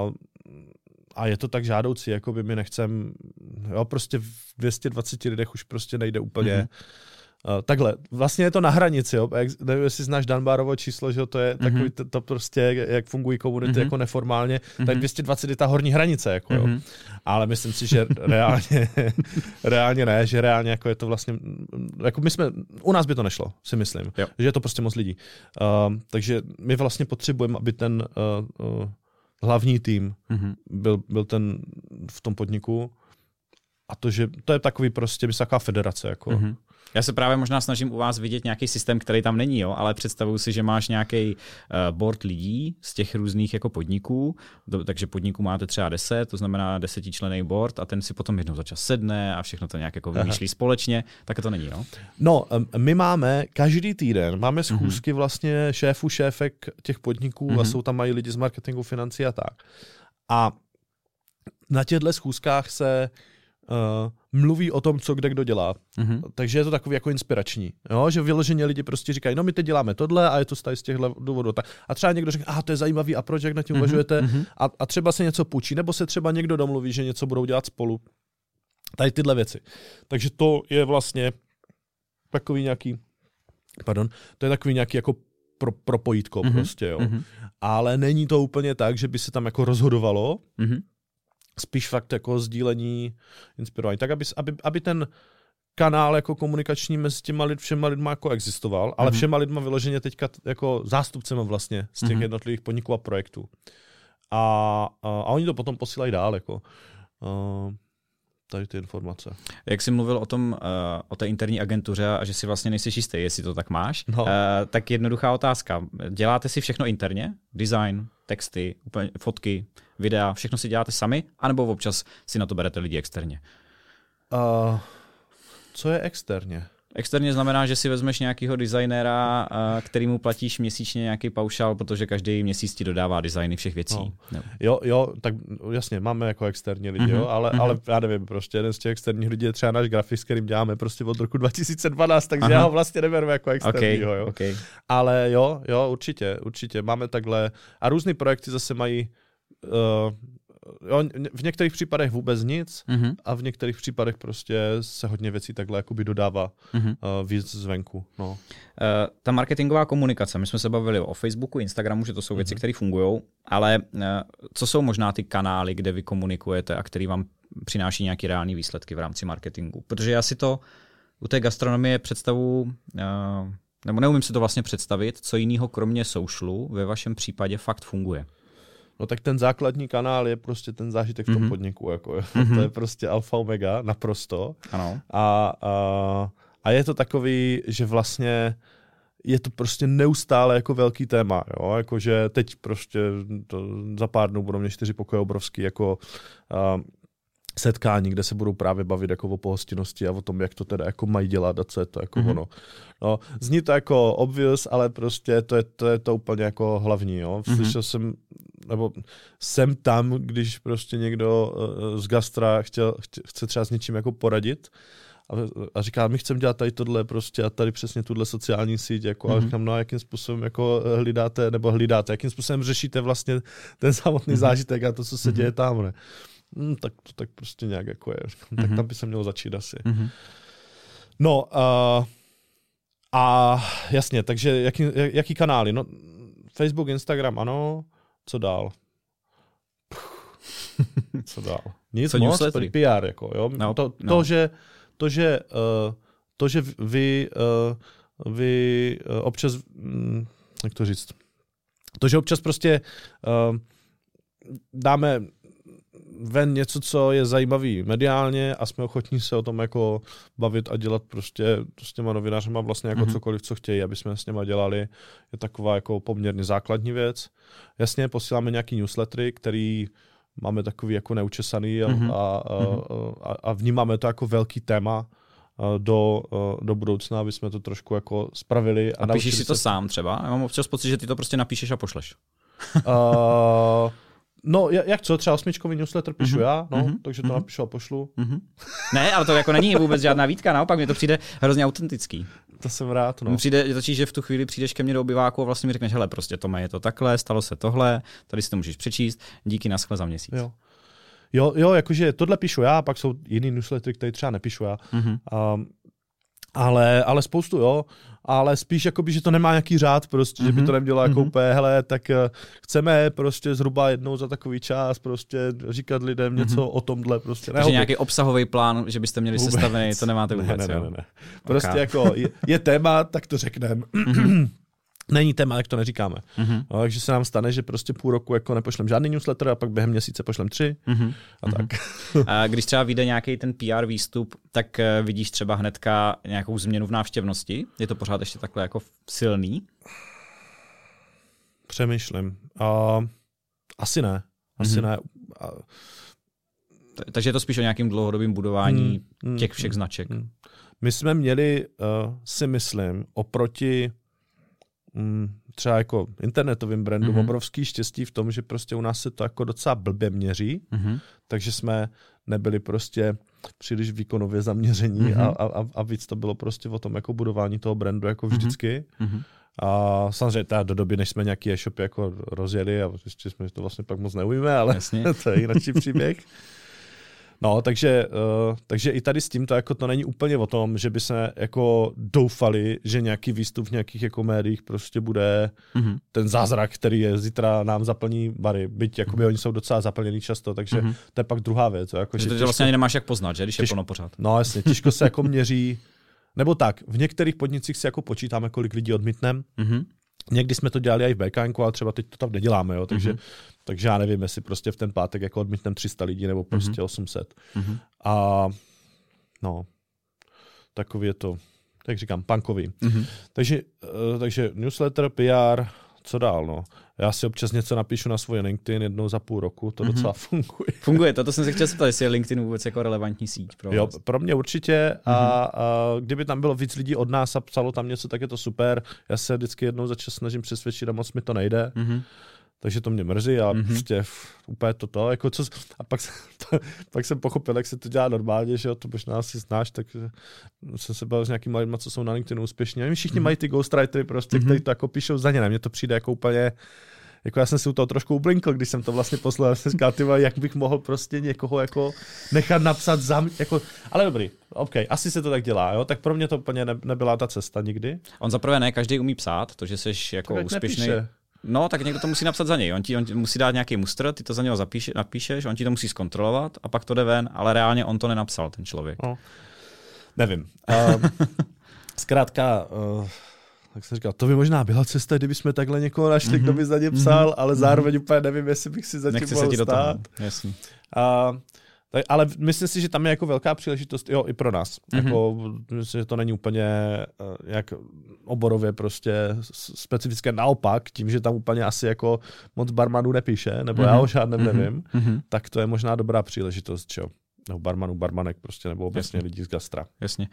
a je to tak žádoucí, jako by mi nechcem... Jo, prostě v dvě stě dvacet lidech už prostě nejde úplně... Mm-hmm. Uh, takhle, vlastně je to na hranici, jo? Nevím, jestli znáš Dunbarovo číslo, že to je mm-hmm. takový, to, to prostě, jak fungují komunity mm-hmm. jako neformálně, mm-hmm. tak dvě stě dvacet je ta horní hranice, jako, jo? Mm-hmm. Ale myslím si, že reálně, reálně ne, že reálně jako je to vlastně, jako my jsme, u nás by to nešlo, si myslím, jo. Že je to prostě moc lidí. Uh, takže my vlastně potřebujeme, aby ten uh, uh, hlavní tým mm-hmm. byl, byl ten v tom podniku a to, že to je takový prostě, myslím, taková federace, jako. Mm-hmm. Já se právě možná snažím u vás vidět nějaký systém, který tam není, jo, ale představuju si, že máš nějaký uh, board lidí z těch různých jako podniků, do, takže podniků máte třeba deset, to znamená desetičlenný board a ten si potom jednou za čas sedne a všechno to nějak jako vymýšlí společně, tak to není, no? No, my máme každý týden, máme schůzky mm-hmm. vlastně šéfů, šéfek těch podniků mm-hmm. a jsou tam mají lidi z marketingu, financí a tak. A na těchto schůzkách se Uh, mluví o tom, co kde kdo dělá. Mm-hmm. Takže je to takový jako inspirační. Jo? Že vyloženě lidi prostě říkají, no my teď děláme tohle a je to z těchto důvodů. A třeba někdo řekne, a to je zajímavý a proč, jak na tím mm-hmm. uvažujete? Mm-hmm. A, a třeba se něco půjčí, nebo se třeba někdo domluví, že něco budou dělat spolu. Tady tyhle věci. Takže to je vlastně takový nějaký, pardon, to je takový nějaký jako pro, propojítko mm-hmm. prostě, jo. Mm-hmm. Ale není to úplně tak, že by se tam jako rozhodovalo, mm-hmm. spíš fakt jako sdílení, inspirování, tak aby, aby, aby ten kanál jako komunikační mezi těma lid, všema lidma jako existoval, ale mm-hmm. všema lidma vyloženě teďka jako zástupcema vlastně z těch mm-hmm. jednotlivých podniků a projektů. A, a, a oni to potom posílají dál, jako uh, tady ty informace. Jak jsi mluvil o tom, uh, o té interní agentuře a že si vlastně nejsi jistý, jestli to tak máš, no. uh, tak jednoduchá otázka. Děláte si všechno interně? Design, texty, úplně fotky, videa, všechno si děláte sami? Anebo občas si na to berete lidi externě? Uh, co je externě? Externě znamená, že si vezmeš nějakého designéra, kterýmu platíš měsíčně nějaký paušál, protože každý měsíc ti dodává designy všech věcí. No. No. Jo, jo, tak jasně, máme jako externí lidi, mm-hmm. jo, ale, mm-hmm. ale já nevím, prostě jeden z těch externích lidí je třeba náš grafik, s kterým děláme prostě od roku dva tisíce dvanáct, takže Aha. já ho vlastně neberu jako externího, okay, jo. Okay. Ale jo, jo, určitě, určitě, máme takhle, a různý projekty zase mají uh, jo, v některých případech vůbec nic mm-hmm. a v některých případech prostě se hodně věcí takhle jakoby dodává mm-hmm. uh, víc zvenku. No. Uh, ta marketingová komunikace, my jsme se bavili o Facebooku, Instagramu, že to jsou věci, mm-hmm. které fungují, ale uh, co jsou možná ty kanály, kde vy komunikujete a který vám přináší nějaké reální výsledky v rámci marketingu? Protože já si to u té gastronomie představu, uh, nebo neumím si to vlastně představit, co jiného kromě socialu ve vašem případě fakt funguje. No tak ten základní kanál je prostě ten zážitek v tom mm-hmm. podniku. Jako, mm-hmm. To je prostě alfa omega, naprosto. Ano. A, a, a je to takový, že vlastně je to prostě neustále jako velký téma. Jo? Jako, že teď prostě to, za pár dnů budou mě čtyři pokoje obrovský jako a, setkání, kde se budou právě bavit jako o pohostinnosti a o tom, jak to teda jako mají dělat a co je to jako mm-hmm. ono. No, zní to jako obvious, ale prostě to je to, je to úplně jako hlavní. Jo? Slyšel mm-hmm. jsem, nebo jsem tam, když prostě někdo uh, z gastra chtěl, chtě, chce třeba s něčím jako poradit a, a říká, my chceme dělat tady tohle prostě a tady přesně tuhle sociální síť jako, mm-hmm. a říkám, no a jakým způsobem jako hlídáte, nebo hlídáte, jakým způsobem řešíte vlastně ten samotný mm-hmm. zážitek a to, co se mm-hmm. děje tam, ne? Hmm, tak to tak prostě nějak jako je. Mm-hmm. Tak tam by se mělo začít asi. Mm-hmm. No uh, a jasně, takže jaký, jaký kanály? No, Facebook, Instagram, ano. Co dál? Co dál? Nic Co moc, P R, jako, jo. No, to, to, no. že, to, že, uh, to, že vy, uh, vy uh, občas, um, jak to říct, to, že občas prostě uh, dáme ven něco, co je zajímavý mediálně a jsme ochotní se o tom jako bavit a dělat prostě s těma novinářema vlastně jako mm-hmm. cokoliv, co chtějí, aby jsme s něma dělali, je taková jako poměrně základní věc. Jasně, posíláme nějaký newslettery, který máme takový jako neučesaný a, mm-hmm. a, a, a vnímáme to jako velký téma do, do budoucna, aby jsme to trošku jako spravili. A, a píšeš si to se... sám třeba? Já mám občas pocit, že ty to prostě napíšeš a pošleš. Uh, No, jak co, třeba osmičkový newsletter píšu mm-hmm. já, no, mm-hmm. takže to mm-hmm. napíšu a pošlu. Mm-hmm. Ne, ale to jako není vůbec žádná výtka, naopak mi to přijde hrozně autentický. To jsem rád, no. Mně přijde totiž, že v tu chvíli přijdeš ke mně do obyváku a vlastně mi řekneš, hele, prostě Tome, je to takhle, stalo se tohle, tady si to můžeš přečíst, díky, naschle za měsíc. Jo, jo, jo jakože tohle píšu já, pak jsou jiný newslettery, které třeba nepíšu já. Mm-hmm. Um, ale, ale spoustu, jo. Ale spíš jakoby, že to nemá nějaký řád prostě, mm-hmm. že by to nemělo jako mm-hmm. úplně, hele, tak uh, chceme prostě zhruba jednou za takový čas prostě říkat lidem mm-hmm. něco o tomhle prostě. Takže nějaký obsahový plán, že byste měli vůbec sestavený, to nemáte vůbec, ne, ne, jo? Ne, ne, ne. Prostě okay. jako je, je téma, tak to řekneme. Mm-hmm. není téma, jak to neříkáme. Mm-hmm. No, takže se nám stane, že prostě půl roku jako nepošlem žádný newsletter a pak během měsíce pošlem tři mm-hmm. a tak. A když třeba vyjde nějaký ten P R výstup, tak vidíš třeba hnedka nějakou změnu v návštěvnosti? Je to pořád ještě takhle jako silný? Přemýšlím. Uh, asi ne. Asi mm-hmm. ne. Uh, Takže je to spíš o nějakým dlouhodobým budování mm, těch všech mm, značek. Mm. My jsme měli, uh, si myslím, oproti mm, třeba jako internetovým brandům mm-hmm. obrovský štěstí v tom, že prostě u nás se to jako docela blbě měří, mm-hmm. takže jsme nebyli prostě příliš výkonově zaměření mm-hmm. a, a, a víc to bylo prostě o tom jako budování toho brandu jako vždycky. Mm-hmm. A samozřejmě teda do doby, než jsme nějaký e-shopy jako rozjeli a ještě jsme to vlastně pak moc neujíme, ale to je jiný příběh. No, takže, uh, takže i tady s tímto jako to není úplně o tom, že by se jako doufali, že nějaký výstup v nějakých jako médiích prostě bude mm-hmm. ten zázrak, který je zítra nám zaplní bary, byť jakoby mm-hmm. oni jsou docela zaplněný často, takže mm-hmm. to je pak druhá věc. Jako, že že to těžko, vlastně ani nemáš jak poznat, že, když těžko, je plno pořád. No jasně, těžko se jako měří, nebo tak, v některých podnicích si jako počítáme, kolik lidí odmítnem. Mm-hmm. Někdy jsme to dělali i v bé ká enku, ale třeba teď to tam neděláme, jo, takže, mm-hmm. takže já nevím, jestli prostě v ten pátek jako odmítnem tři sta lidí nebo prostě mm-hmm. osm set. Mm-hmm. A no, takový je to, tak říkám, punkový. Mm-hmm. Takže, uh, takže newsletter, P R, co dál, no. Já si občas něco napíšu na svůj LinkedIn jednou za půl roku, to mm-hmm. docela funguje. Funguje, to, to jsem se chtěl zeptat, jestli je LinkedIn vůbec jako relevantní síť pro vás. Jo, pro mě určitě a, mm-hmm. a kdyby tam bylo víc lidí od nás a psalo tam něco, tak je to super. Já se vždycky jednou za čas snažím přesvědčit a moc mi to nejde. Mm-hmm. Takže to mě mrzí a mm-hmm. prostě úplně toto. Jako co, a pak, pak jsem pochopil, jak se to dělá normálně, že jo, to možná si znáš, tak jsem se bavil s nějakými lidmi, co jsou na LinkedInu úspěšní. A všichni mm-hmm. mají ty ghostwritery prostě, mm-hmm. kteří to jako píšou za ně. Na mě to přijde jako úplně, jako já jsem si u toho trošku ublinkl, když jsem to vlastně poslal. Já jsem říkal, tyva, jak bych mohl prostě někoho jako nechat napsat za mě, jako, ale dobrý, OK, asi se to tak dělá, jo, tak pro mě to úplně ne, nebyla ta cesta nikdy. On zaprvé ne, každý umí psát, to, že jsi jako tak úspěšný. Nepíše. No, tak někdo to musí napsat za něj. On ti, on ti musí dát nějaký mustr, ty to za něho zapíše, napíšeš, on ti to musí zkontrolovat a pak to jde ven, ale reálně on to nenapsal, ten člověk. No. Nevím. Uh, zkrátka, uh, tak jsem říkal, to by možná byla cesta, kdyby jsme takhle někoho našli, mm-hmm. kdo by za ně psal, mm-hmm. ale zároveň úplně nevím, jestli bych si za tím mohl se stát. Jasně. Uh, tak, ale myslím si, že tam je jako velká příležitost, jo, i pro nás. Mm-hmm. Jako, myslím, že to není úplně uh, jak oborově prostě specifické. Naopak, tím, že tam úplně asi jako moc barmanů nepíše, nebo mm-hmm. já o žádném mm-hmm. nevím, mm-hmm. tak to je možná dobrá příležitost, čo? Nebo barmanů, barmanek prostě, nebo obecně lidí z gastra. Jasně.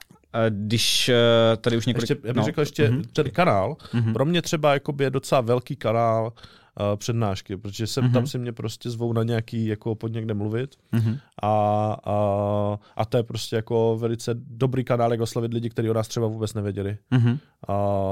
Když tady už několik... Ještě, já bych no. řekl ještě mm-hmm. ten kanál. Mm-hmm. Pro mě třeba jakoby je docela velký kanál uh, přednášky, protože jsem mm-hmm. tam si mě prostě zvou na nějaký jako pod někde mluvit mm-hmm. a, a, a to je prostě jako velice dobrý kanál, jak oslovit lidi, kteří o nás třeba vůbec nevěděli. Mm-hmm. A,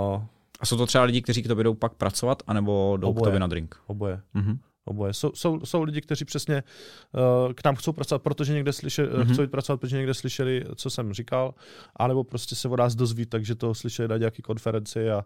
a jsou to třeba lidi, kteří k tobě jdou pak pracovat, anebo jdou oboje, k tobě na drink? Oboje. Mm-hmm. Oboje. Jsou, jsou, jsou lidi, kteří přesně uh, k nám chcou pracovat, protože někde slyšeli, mm-hmm. chcou jít pracovat, protože někde slyšeli, co jsem říkal, anebo prostě se od nás dozví, takže to slyšeli na nějaké konferenci a,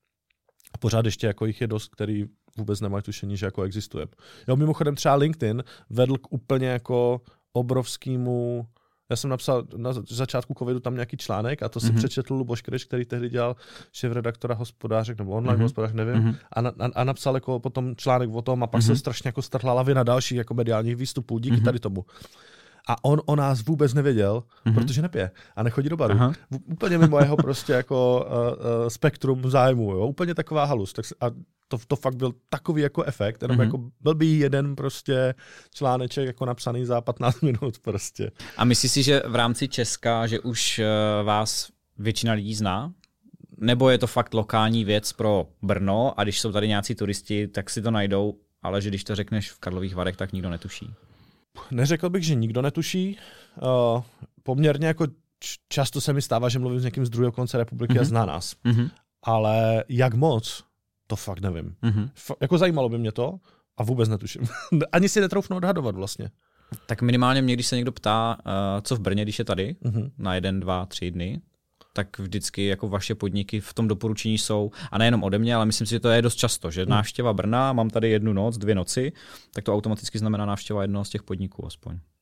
a pořád ještě jako jich je dost, který vůbec nemají tušení, že jako existuje. Jo, mimochodem třeba LinkedIn vedl k úplně jako obrovskému. Já jsem napsal na začátku covidu tam nějaký článek a to si mm-hmm. přečetl Luboš Kryš, který tehdy dělal šéfredaktora Hospodářek nebo online mm-hmm. Hospodářek, nevím, mm-hmm. a, na, a, a napsal jako potom článek o tom a pak mm-hmm. se strašně jako strhla lavina dalších jako mediálních výstupů díky mm-hmm. tady tomu. A on o nás vůbec nevěděl, mm-hmm. protože nepije a nechodí do baru. Aha. Úplně mimo jeho prostě jako uh, uh, spektrum zájmu, jo? Úplně taková halus. Tak se, a to, to fakt byl takový jako efekt, jenom mm-hmm. jako byl by jeden prostě článeček jako napsaný za patnáct minut prostě. A myslíš si, že v rámci Česka, že už uh, vás většina lidí zná? Nebo je to fakt lokální věc pro Brno a když jsou tady nějací turisti, tak si to najdou, ale že když to řekneš v Karlových Varech, tak nikdo netuší? Neřekl bych, že nikdo netuší. Uh, poměrně jako často se mi stává, že mluvím s někým z druhého konce republiky mm-hmm. a zná nás. Mm-hmm. Ale jak moc, to fakt nevím. Mm-hmm. F- jako zajímalo by mě to a vůbec netuším. Ani si netroufnu odhadovat vlastně. Tak minimálně mě, když se někdo ptá, uh, co v Brně, když je tady, mm-hmm. na jeden, dva, tři dny, tak vždycky jako vaše podniky v tom doporučení jsou, a nejenom ode mě, ale myslím si, že to je dost často, že návštěva Brna, mám tady jednu noc, dvě noci, tak to automaticky znamená návštěva jednoho z těch podniků aspoň.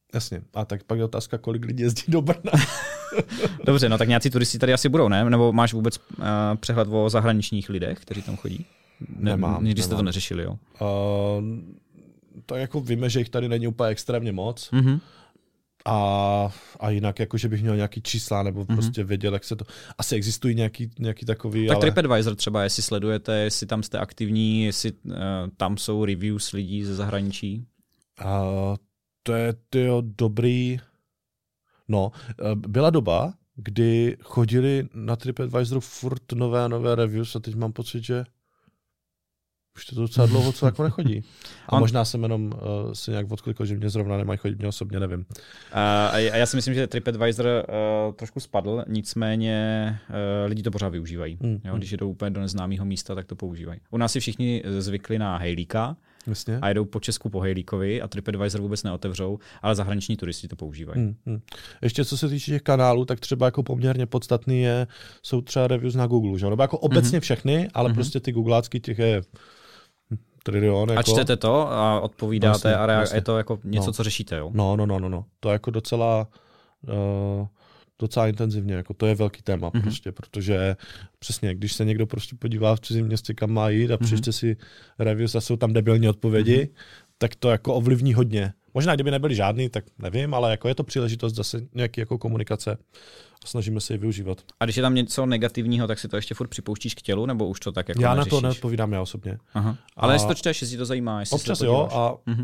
Jasně. A tak pak je otázka, kolik lidí jezdí do Brna. Dobře, no tak nějací turisti tady asi budou, ne? Nebo máš vůbec uh, přehled o zahraničních lidech, kteří tam chodí? Ne, nemám. Nikdy jste nemám. to neřešili, jo? Uh, tak jako víme, že jich tady není úplně extrémně moc. Mm-hmm. A, a jinak, jako, že bych měl nějaký čísla, nebo mm-hmm. prostě věděl, jak se to... Asi existují nějaký, nějaký takový, tak ale... TripAdvisor třeba, jestli sledujete, jestli tam jste aktivní, jestli uh, tam jsou reviews lidí ze zahraničí. Uh, to je, tyjo, dobrý... No, byla doba, kdy chodili na TripAdvisoru furt nové a nové reviews a teď mám pocit, že už to docela dlouho co jako nechodí. A On... možná jsem jenom uh, si nějak odklikl, že mě zrovna nemají chodit, mě osobně nevím. A, a já si myslím, že TripAdvisor uh, trošku spadl, nicméně uh, lidi to pořád využívají. Mm, jo? Když jdou úplně do neznámého místa, tak to používají. U nás si všichni zvykli na Hejlíka Jasně. a jedou po Česku po Hejlíkovi a TripAdvisor vůbec neotevřou, ale zahraniční turisti to používají. Mm, mm. Ještě co se týče těch kanálů, tak třeba jako poměrně podstatný je, jsou třeba reviews na Google, že? Nebo jako obecně mm-hmm. všechny, ale mm-hmm. prostě ty googlácky těch je trilion. Jako. A čtete to a odpovídáte vlastně, a rea- vlastně. Je to jako něco, no. co řešíte, jo? No, no, no, no, no. To je jako docela, uh, docela intenzivně, jako to je velký téma mm-hmm. prostě, protože přesně, když se někdo prostě podívá v cizím městě, kam má jít a mm-hmm. přečte si reviews a jsou tam debilní odpovědi, mm-hmm. tak to jako ovlivní hodně. Možná, kdyby nebyly žádný, tak nevím, ale jako je to příležitost zase nějaký jako komunikace a snažíme se ji využívat. A když je tam něco negativního, tak si to ještě furt připouštíš k tělu, nebo už to tak jako já neřešíš? Na to neodpovídám já osobně. Aha. Ale a... jestli to čteš, jestli to zajímá, jestli občas se jo a mm-hmm.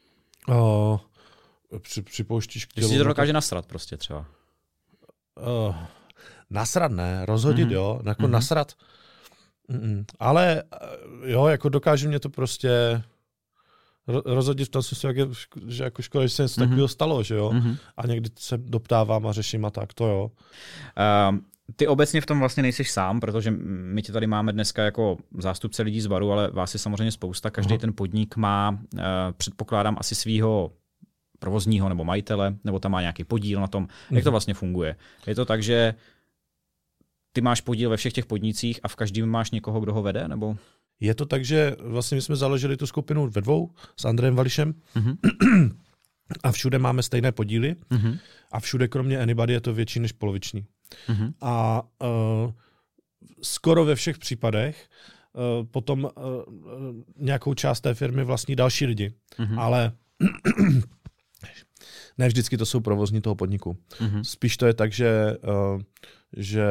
uh, při, připouštíš k tělu. Jestli to dokáže nasrat prostě třeba. Uh, nasrat ne, rozhodit mm-hmm. jo, jako mm-hmm. nasrat. Mm-mm. Ale jo, jako dokáže mě to prostě rozhodit v tom smyslu, že jako škoda, že se něco mm-hmm. takového stalo, že jo? Mm-hmm. A někdy se doptávám a řeším a tak, to jo. Uh, ty obecně v tom vlastně nejseš sám, protože my tě tady máme dneska jako zástupce lidí z baru, ale vás je samozřejmě spousta. Každý uh-huh. ten podnik má, uh, předpokládám, asi svýho provozního nebo majitele, nebo tam má nějaký podíl na tom, uh-huh. jak to vlastně funguje. Je to tak, že ty máš podíl ve všech těch podnicích a v každém máš někoho, kdo ho vede, nebo... Je to tak, že vlastně my jsme založili tu skupinu ve dvou s Andrejem Vališem mm-hmm. a všude máme stejné podíly mm-hmm. a všude kromě Anybody je to větší než poloviční. Mm-hmm. A uh, skoro ve všech případech uh, potom uh, nějakou část té firmy vlastní další lidi, mm-hmm. ale ne vždycky to jsou provozní toho podniku. Mm-hmm. Spíš to je tak, že, uh, že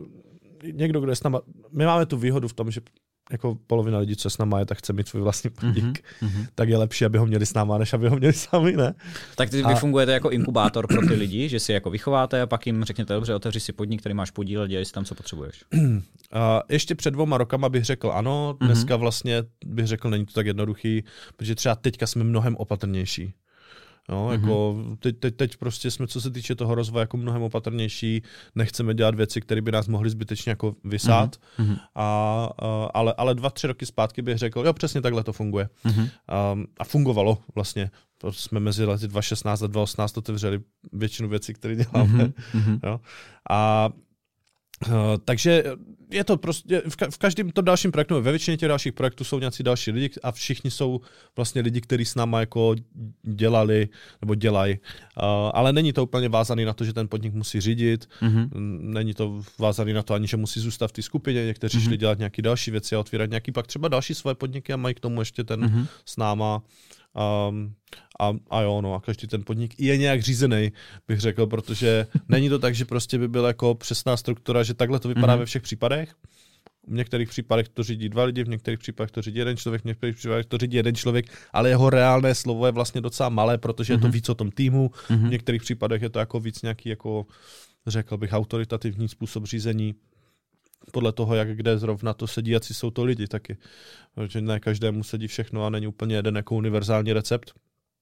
někdo, kdo je s náma, my máme tu výhodu v tom, že jako polovina lidí, co s náma je, tak chce mít svůj vlastní podnik, mm-hmm. tak je lepší, aby ho měli s náma, než aby ho měli sami, ne? Tak ty, a... vy fungujete jako inkubátor pro ty lidi, že si jako vychováte a pak jim řekněte, dobře, otevři si podnik, který máš podíl, dělej si tam, co potřebuješ. A ještě před dvouma rokama bych řekl ano, dneska mm-hmm. vlastně bych řekl, není to tak jednoduchý, protože třeba teďka jsme mnohem opatrnější. No, mm-hmm. jako teď, teď, teď prostě jsme, co se týče toho rozvoje, jako mnohem opatrnější, nechceme dělat věci, které by nás mohly zbytečně jako vysát, mm-hmm. a, a, ale, ale dva, tři roky zpátky bych řekl, jo, přesně takhle to funguje. Mm-hmm. A, a fungovalo vlastně. To jsme mezi lety dva tisíce šestnáct a dva tisíce osmnáct otevřeli většinu věcí, které děláme. Mm-hmm. Jo. A Uh, takže je to prostě, v, ka- v každém tom dalším projektu, ve většině těch dalších projektů jsou nějací další lidi a všichni jsou vlastně lidi, kteří s náma jako dělali nebo dělají. Uh, ale není to úplně vázaný na to, že ten podnik musí řídit, mm-hmm. není to vázaný na to ani, že musí zůstat v té skupině, někteří mm-hmm. šli dělat nějaké další věci a otvírat nějaký pak třeba další svoje podniky a mají k tomu ještě ten mm-hmm. s náma. Um, a, a jo, no, a každý ten podnik je nějak řízený, bych řekl, protože není to tak, že prostě by byla jako přesná struktura, že takhle to vypadá mm-hmm. ve všech případech. V některých případech to řídí dva lidi, v některých případech to řídí jeden člověk, v některých případech to řídí jeden člověk, ale jeho reálné slovo je vlastně docela malé, protože mm-hmm. je to víc o tom týmu. Mm-hmm. V některých případech je to jako víc nějaký, jako řekl bych, autoritativní způsob řízení. Podle toho, jak kde zrovna to sedí, jací jsou to lidi taky. Protože ne každému sedí všechno a není úplně jeden jako univerzální recept.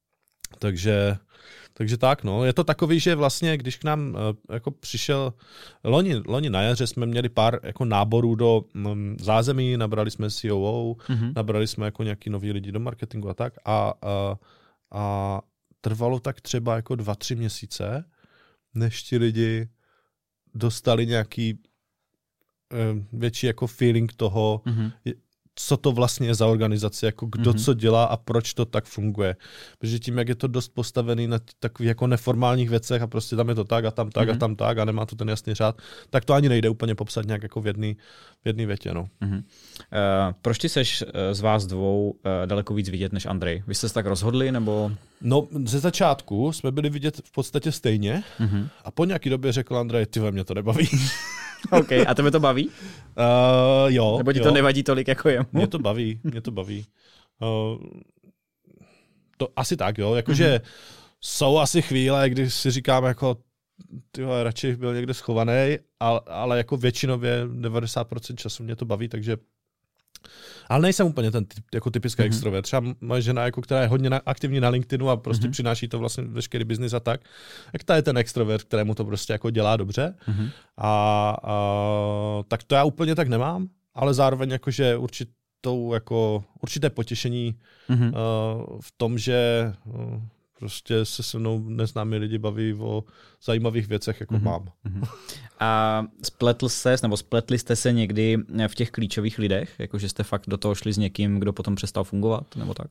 Takže, takže tak, no. Je to takový, že vlastně, když k nám uh, jako přišel loni, loni na jaře jsme měli pár jako náborů do um, zázemí, nabrali jsme C O O, mm-hmm. nabrali jsme jako nějaký nový lidi do marketingu a tak a, a, a trvalo tak třeba jako dva, tři měsíce, než ti lidi dostali nějaký větší jako feeling toho, mm-hmm. co to vlastně je za organizace, jako kdo mm-hmm. co dělá a proč to tak funguje. Protože tím, jak je to dost postavený na takových jako neformálních věcech a prostě tam je to tak a tam tak mm-hmm. a tam tak a nemá to ten jasný řád, tak to ani nejde úplně popsat nějak jako v jedné v jedný větě. No. Mm-hmm. Uh, proč ty seš z vás dvou uh, daleko víc vidět než Andrej? Vy jste se tak rozhodli, nebo? No, ze začátku jsme byli vidět v podstatě stejně mm-hmm. a po nějaký době řekl Andrej, ty ve mě to nebaví. OK, a tebe to baví? Uh, jo. Nebo ti jo. to nevadí tolik jako jemu? Mě to baví, mě to baví. Uh, to asi tak, jo. Jakože mm-hmm. jsou asi chvíle, kdy si říkám jako tyhle, radši byl někde schovaný, ale, ale jako většinově devadesát procent času mě to baví, takže ale nejsem úplně ten typ, jako typický mm-hmm. extrovert. Třeba moje žena, jako, která je hodně na, aktivní na LinkedInu a prostě mm-hmm. přináší to vlastně veškerý biznis a tak, tak ta je ten extrovert, kterému to prostě jako dělá dobře. Mm-hmm. A, a tak to já úplně tak nemám, ale zároveň jakože určitou, jako, určité potěšení mm-hmm. uh, v tom, že uh, prostě se se mnou neznámí lidi baví o zajímavých věcech, jako mm-hmm. mám. A spletl se, nebo spletli jste se někdy v těch klíčových lidech? Jakože jste fakt do toho šli s někým, kdo potom přestal fungovat, nebo tak?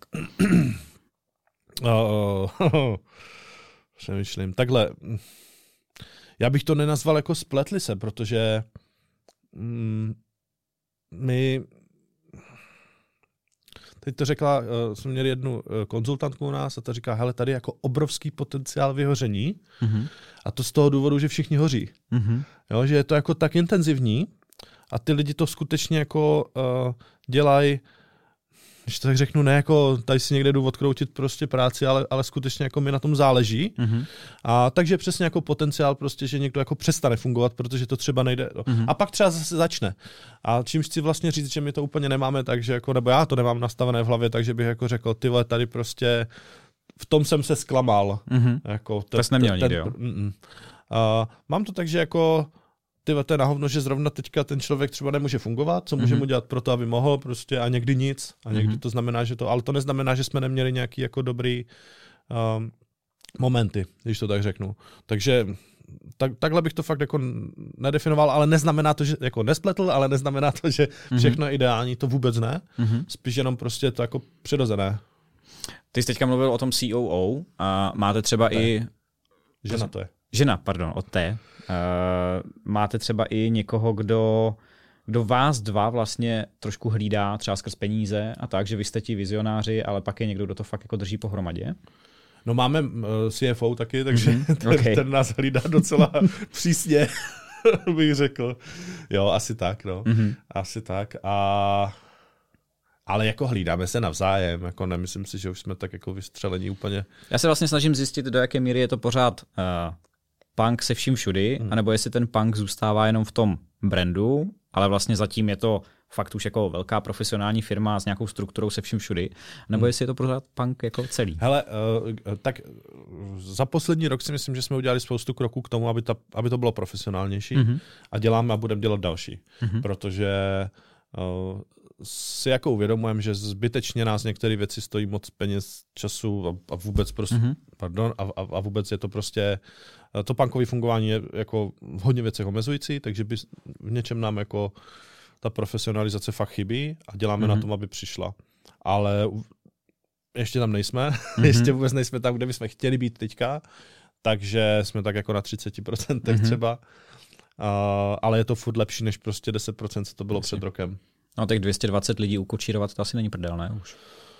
uh, přemýšlím. Takhle, já bych to nenazval jako spletli se, protože mm, my... Teď to řekla, uh, jsme měli jednu uh, konzultantku u nás a ta říká, hele, tady je jako obrovský potenciál vyhoření mm-hmm. a to z toho důvodu, že všichni hoří. Mm-hmm. Jo, že je to jako tak intenzivní a ty lidi to skutečně jako uh, dělají, když to tak řeknu, ne jako tady si někde jdu odkroutit prostě práci, ale, ale skutečně jako mi na tom záleží. Mm-hmm. A takže přesně jako potenciál prostě, že někdo jako přestane fungovat, protože to třeba nejde. Mm-hmm. A pak třeba zase začne. A čím chci vlastně říct, že my to úplně nemáme tak, že jako, nebo já to nemám nastavené v hlavě, takže bych jako řekl, ty vole, tady prostě v tom jsem se zklamal. Mm-hmm. Jako to jsi neměl nikdy, jo? A mám to tak, že jako tyhle, to je na hovno, že zrovna teďka ten člověk třeba nemůže fungovat, co může mm-hmm. mu dělat pro to, aby mohl, prostě a někdy nic. A někdy mm-hmm. to znamená, že to, ale to neznamená, že jsme neměli nějaký jako dobrý um, momenty, když to tak řeknu. Takže tak, takhle bych to fakt jako nedefinoval, ale neznamená to, že jako nespletl, ale neznamená to, že všechno mm-hmm. je ideální, to vůbec ne. Mm-hmm. Spíš jenom prostě to jako přirozené. Ty jsi teďka mluvil o tom C O O a máte třeba ne. i... Žena to je. Žena, pardon, od té. Uh, máte třeba i někoho, kdo, kdo vás dva vlastně trošku hlídá třeba skrz peníze a tak, že vy jste ti vizionáři, ale pak je někdo, kdo to fakt jako drží pohromadě? No máme uh, C F O taky, takže mm-hmm. ten, okay. ten nás hlídá docela přísně, bych řekl. Jo, asi tak, no. Mm-hmm. Asi tak. A... Ale jako hlídáme se navzájem, jako nemyslím si, že už jsme tak jako vystřelení úplně. Já se vlastně snažím zjistit, do jaké míry je to pořád uh, punk se vším všudy, hmm. anebo jestli ten punk zůstává jenom v tom brandu, ale vlastně zatím je to fakt už jako velká profesionální firma s nějakou strukturou se vším všudy, nebo hmm. jestli je to pořád punk jako celý. Hele, uh, tak za poslední rok si myslím, že jsme udělali spoustu kroků k tomu, aby, ta, aby to bylo profesionálnější hmm. a děláme a budeme dělat další, hmm. protože uh, si jako uvědomujeme, že zbytečně nás některé věci stojí moc peněz, času a, a vůbec prostě, mm-hmm. pardon, a, a, a vůbec je to prostě, to punkové fungování je jako v hodně věcech omezující, takže by v něčem nám jako ta profesionalizace fakt chybí a děláme mm-hmm. na tom, aby přišla. Ale ještě tam nejsme, mm-hmm. ještě vůbec nejsme tam, kde bychom chtěli být teďka, takže jsme tak jako na třicet procent mm-hmm. třeba, uh, ale je to furt lepší než prostě deset procent, co to bylo před rokem. No tak dvě stě dvacet lidí ukočírovat, to asi není prdel, ne? Už.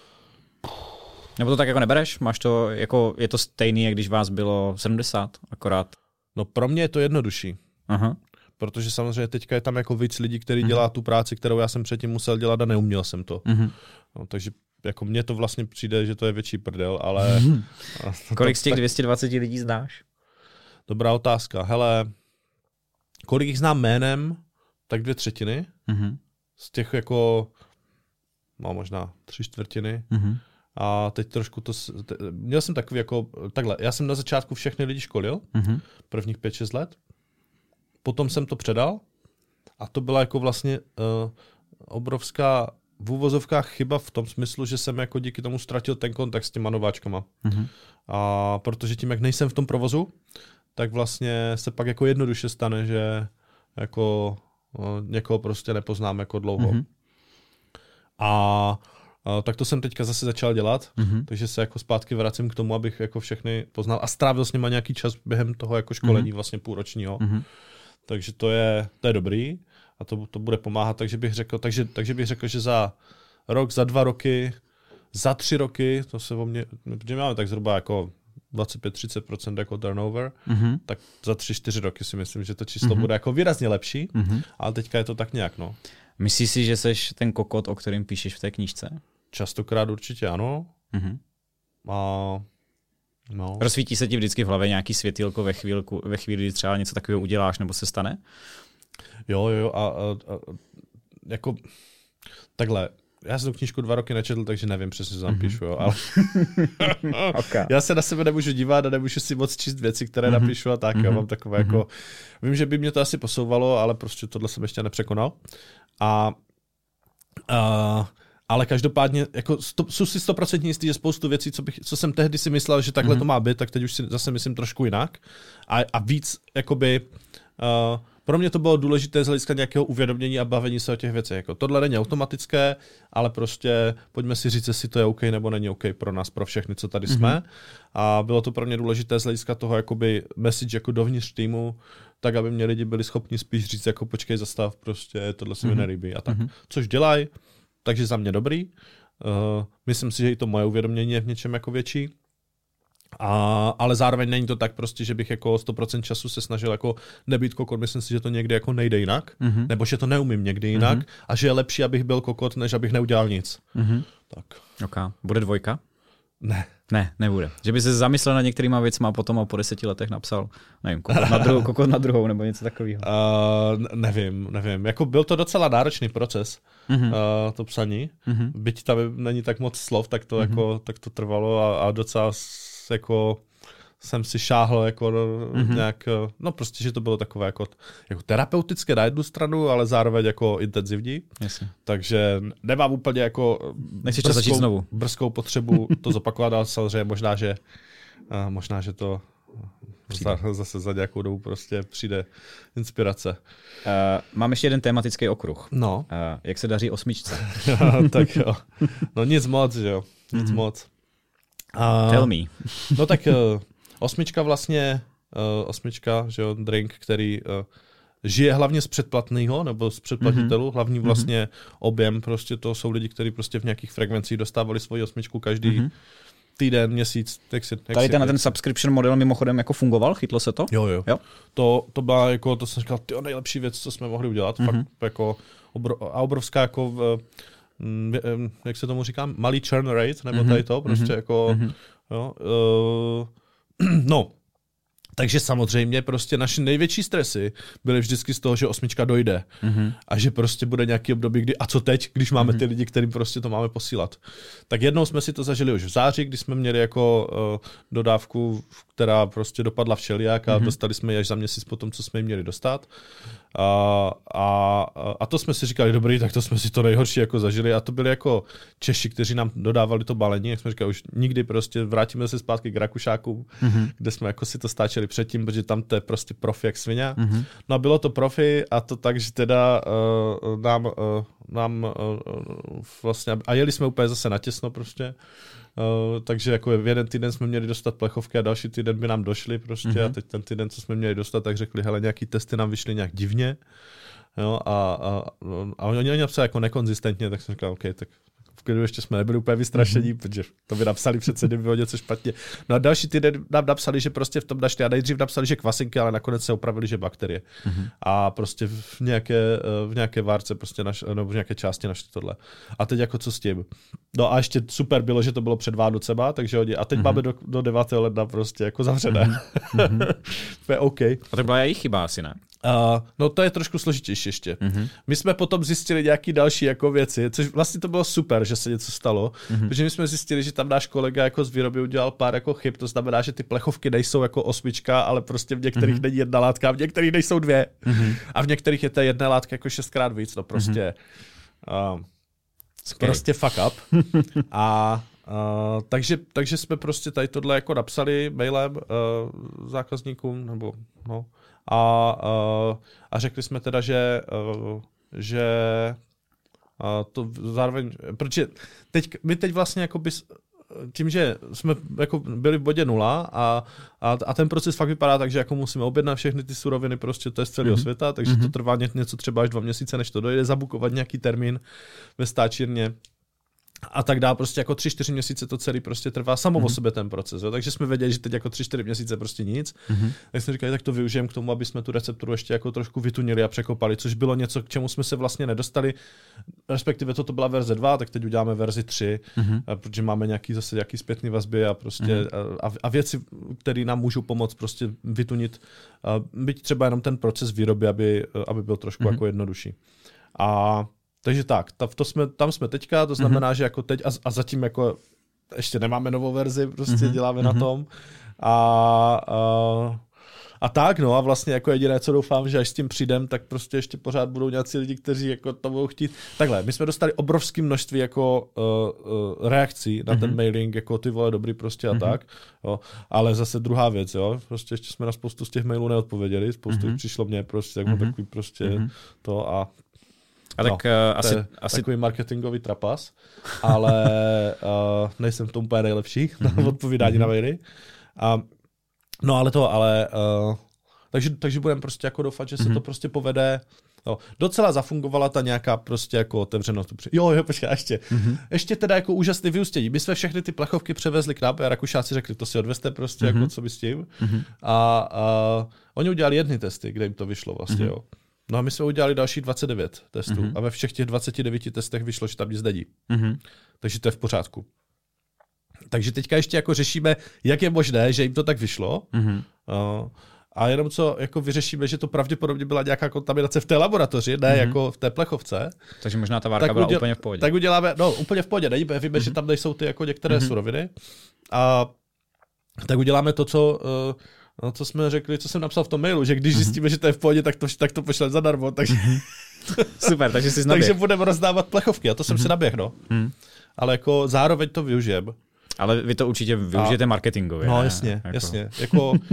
Nebo to tak jako nebereš? Máš to, jako, je to stejný, jak když vás bylo sedmdesát, akorát? No pro mě je to jednodušší. Aha. Protože samozřejmě teďka je tam jako víc lidí, kteří uh-huh. dělá tu práci, kterou já jsem předtím musel dělat a neuměl jsem to. Uh-huh. No, takže jako mně to vlastně přijde, že to je větší prdel, ale... Uh-huh. Kolik z těch dvě stě dvacet lidí znáš? Dobrá otázka. Hele, kolik jich znám jménem? Tak dvě třetiny. Uh-huh. Z těch jako, no možná tři čtvrtiny. Mm-hmm. A teď trošku to, te, měl jsem takový jako, takhle, já jsem na začátku všechny lidi školil, mm-hmm. prvních pět šest let, potom jsem to předal a to byla jako vlastně uh, obrovská v úvozovkách chyba v tom smyslu, že jsem jako díky tomu ztratil ten kontakt s těma nováčkama. Mm-hmm. A protože tím, jak nejsem v tom provozu, tak vlastně se pak jako jednoduše stane, že jako někoho prostě nepoznám jako dlouho. Mm-hmm. A Uh, tak to jsem teďka zase začal dělat, mm-hmm. takže se jako zpátky vracím k tomu, abych jako všechny poznal a strávil s nima nějaký čas během toho jako školení mm-hmm. vlastně půlročního. Mm-hmm. Takže to je, to je dobrý a to, to bude pomáhat, takže bych řekl, takže, takže bych řekl, že za rok, za dva roky, za tři roky, to se o mě, protože máme tak zhruba jako dvacet pět až třicet procent jako turnover, mm-hmm. tak za tři čtyři roky si myslím, že to číslo mm-hmm. bude jako výrazně lepší, mm-hmm. ale teďka je to tak nějak, no. Myslíš si, že seš ten kokot, o kterém píšeš v té knížce? Častokrát určitě ano. Mm-hmm. A no. Rozsvítí se ti vždycky v hlavě nějaký světýlko ve, chvílku, ve chvíli, kdy třeba něco takového uděláš nebo se stane? Jo, jo, a, a, a jako takhle, já jsem tu knížku dva roky nečetl, takže nevím přesně, co tam píšu, jo, ale okay. Já se na sebe nemůžu dívat a nemůžu si moc číst věci, které mm-hmm. napíšu a tak, mm-hmm. jo, mám takové mm-hmm. jako, vím, že by mě to asi posouvalo, ale prostě tohle jsem ještě nepřekonal. A, a ale každopádně jako sto, jsou si stoprocentně jistý, že spoustu věcí, co, bych, co jsem tehdy si myslel, že takhle mm-hmm. to má být, tak teď už si zase myslím trošku jinak. A, a víc, jakoby, uh, pro mě to bylo důležité z hlediska nějakého uvědomění a bavení se o těch věcech. Jako, tohle není automatické, ale prostě pojďme si říct, jestli to je OK nebo není OK pro nás, pro všechny, co tady mm-hmm. jsme. A bylo to pro mě důležité z hlediska toho jakoby message jako dovnitř týmu, tak aby mě lidi byli schopni spíš říct, jako počkej, zastav, prostě tohle se mi mm-hmm. nelíbí a tak. Mm-hmm. Což dělají. Takže za mě dobrý. Uh, myslím si, že i to moje uvědomění je v něčem jako větší. A, ale zároveň není to tak prostě, že bych jako sto procent času se snažil jako nebýt kokot. Myslím si, že to někdy jako nejde jinak. Mm-hmm. Nebo že to neumím někdy jinak. Mm-hmm. A že je lepší, abych byl kokot, než abych neudělal nic. Mm-hmm. Tak. Okay. Bude dvojka? Ne. Ne, nebude. Že by se zamyslel na některýma věcma a potom a po deseti letech napsal, nevím, kokot na druhou, kokot na druhou nebo něco takového. Uh, nevím, nevím. Jako byl to docela náročný proces, mm-hmm. uh, to psaní. Mm-hmm. Byť tam není tak moc slov, tak to, mm-hmm. jako, tak to trvalo a, a docela jako jsem si šáhl jako mm-hmm. nějak, no prostě, že to bylo takové jako, jako terapeutické na jednu stranu, ale zároveň jako intenzivní. Jasně. Takže nemám úplně jako brzkou, začít znovu. brzkou potřebu to zopakovat, ale samozřejmě možná, že uh, možná, že to za, zase za nějakou dobu prostě přijde inspirace. Uh, mám ještě jeden tematický okruh. No. Uh, jak se daří osmičce? Tak jo. No nic moc, že jo. Nic mm-hmm. moc. Uh, Tell me. No tak uh, osmička vlastně, uh, osmička, že jo, drink, který uh, žije hlavně z předplatného, nebo z předplatitelů, mm-hmm. hlavní vlastně mm-hmm. objem, prostě to jsou lidi, kteří prostě v nějakých frekvencích dostávali svoji osmičku každý mm-hmm. týden, měsíc. Jak si, jak Tady si, ten, jak ten subscription model mimochodem jako fungoval? Chytlo se to? Jo, jo. jo? To, to byla jako, to jsem říkal, tyjo, nejlepší věc, co jsme mohli udělat. Mm-hmm. Fakt jako obro, a obrovská jako v, jak se tomu říká, malý churn rate, nebo mm-hmm. tady to, prostě mm-hmm. jako, mm-hmm. jo, uh, no, takže samozřejmě prostě naše největší stresy byly vždycky z toho, že osmička dojde mm-hmm. a že prostě bude nějaký období, kdy a co teď, když máme mm-hmm. ty lidi, kterým prostě to máme posílat. Tak jednou jsme si to zažili už v září, kdy jsme měli jako uh, dodávku, která prostě dopadla všelijak a mm-hmm. dostali jsme ji až za měsíc po tom, co jsme ji měli dostat. A, a, a to jsme si říkali, dobrý, tak to jsme si to nejhorší jako zažili a to byli jako Češi, kteří nám dodávali to balení, jak jsme říkali, už nikdy prostě vrátíme se zpátky k Rakušákům, mm-hmm. kde jsme jako si to stáčeli předtím, protože tam to je prostě profi jak svině. Mm-hmm. No a bylo to profi a to tak, že teda uh, nám, uh, nám uh, vlastně, a jeli jsme úplně zase natěsno prostě, Uh, takže jako v jeden týden jsme měli dostat plechovky a další týden by nám došly prostě mm-hmm. a teď ten týden, co jsme měli dostat, tak řekli, hele, nějaký testy nám vyšly nějak divně, jo, a, a, a oni, oni napsali jako nekonzistentně, tak jsem říkal, OK, tak v klidu ještě jsme nebyli úplně vystrašení, mm-hmm. protože to by napsali přece, kdyby bylo něco špatně. No a další týden nám napsali, že prostě v tom našli, a nejdřív napsali, že kvasinky, ale nakonec se opravili, že bakterie. Mm-hmm. A prostě v nějaké, v nějaké várce, prostě naš, nebo v nějaké části našli tohle. A teď jako co s tím? No a ještě super bylo, že to bylo před Vánocema, takže oni, a teď mm-hmm. máme do, do devátého ledna prostě jako zavřené. Mm-hmm. To je OK. A to byla jejich chyba asi, ne? Uh, no to je trošku složitější ještě. Mm-hmm. My jsme potom zjistili nějaké další jako věci, což vlastně to bylo super, že se něco stalo, mm-hmm. protože my jsme zjistili, že tam náš kolega jako z výroby udělal pár jako chyb, to znamená, že ty plechovky nejsou jako osmička, ale prostě v některých mm-hmm. není jedna látka, v některých nejsou dvě mm-hmm. a v některých je ta jedna látka jako šestkrát víc, no prostě mm-hmm. uh, prostě fuck up. a Uh, takže, takže jsme prostě tady tohle jako napsali mailem uh, zákazníkům, nebo no, a, uh, a řekli jsme teda, že, uh, že A to zároveň, protože teď, my teď vlastně jako bys, tím, že jsme jako byli v bodě nula a, a, a ten proces fakt vypadá tak, že jako musíme objednat všechny ty suroviny, prostě to je z celého mm-hmm. světa, takže mm-hmm. to trvá něco třeba až dva měsíce, než to dojde, zabukovat nějaký termín ve stáčírně a tak dá, prostě jako tři, čtyři měsíce to celý prostě trvá samo mm-hmm. o sobě ten proces, jo? Takže jsme věděli, že teď jako tři, čtyři měsíce prostě nic, mm-hmm. tak jsme říkali, tak to využijeme k tomu, aby jsme tu recepturu ještě jako trošku vytunili a překopali, což bylo něco, k čemu jsme se vlastně nedostali, respektive toto byla verze dva, tak teď uděláme verzi tři, mm-hmm. protože máme nějaký zase nějaký zpětný vazby a prostě mm-hmm. a, a věci, které nám můžou pomoct prostě vytunit, byť třeba jenom ten proces výroby, aby, aby byl trošku mm-hmm. jako jednodušší. A takže tak, ta, to jsme, tam jsme teďka, to znamená, mm-hmm. že jako teď a, a zatím jako ještě nemáme novou verzi, prostě mm-hmm. děláme mm-hmm. na tom. A, a, a tak no a vlastně jako jediné, co doufám, že až s tím přijdem, tak prostě ještě pořád budou nějací lidi, kteří jako to budou chtít. Takhle, my jsme dostali obrovské množství jako uh, uh, reakcí na mm-hmm. ten mailing, jako ty vole dobrý prostě a mm-hmm. tak, jo. Ale zase druhá věc, jo, prostě ještě jsme na spoustu z těch mailů neodpověděli, spoustu mm-hmm. přišlo mně prostě, tak mm-hmm. takový prostě mm-hmm. to a A tak no, uh, asi, asi takový marketingový trapas, ale uh, nejsem v tom úplně nejlepší na odpovídání mm-hmm. na maily. Uh, no ale to, ale uh, takže, takže budeme prostě jako doufat, že se mm-hmm. to prostě povede. No, docela zafungovala ta nějaká prostě jako otevřenost. Jo, jo, počkej, ještě. Mm-hmm. Ještě teda jako úžasný vyústění. My jsme všechny ty plechovky převezli k nám a Rakušáci řekli, to si odvezte prostě, mm-hmm. jako co by s tím. Mm-hmm. A, a oni udělali jedny testy, kde jim to vyšlo vlastně, mm-hmm. jo. No a my jsme udělali další dvacet devět testů mm-hmm. a ve všech těch dvaceti devíti testech vyšlo, že tam nic není. Mm-hmm. Takže to je v pořádku. Takže teďka ještě jako řešíme, jak je možné, že jim to tak vyšlo. Mm-hmm. Uh, a jenom co jako vyřešíme, že to pravděpodobně byla nějaká kontaminace v té laboratoři, ne mm-hmm. jako v té plechovce. Takže možná ta várka byla uděl, úplně v pohodě. Tak uděláme, no úplně v pohodě, víme, mm-hmm. že tam nejsou ty jako některé mm-hmm. suroviny. A tak uděláme to, co... Uh, No, co jsme řekli, co jsem napsal v tom mailu, že když mm-hmm. zjistíme, že to je v pohodě, tak to, tak to pošleme zadarmo. Takže... Super, takže jsi naběh. Takže budeme rozdávat plechovky a to jsem mm-hmm. si naběh, no. Mm. Ale jako zároveň to využijem. Ale vy to určitě využijete a... marketingově. No ne? jasně, jako... jasně. Jako, uh,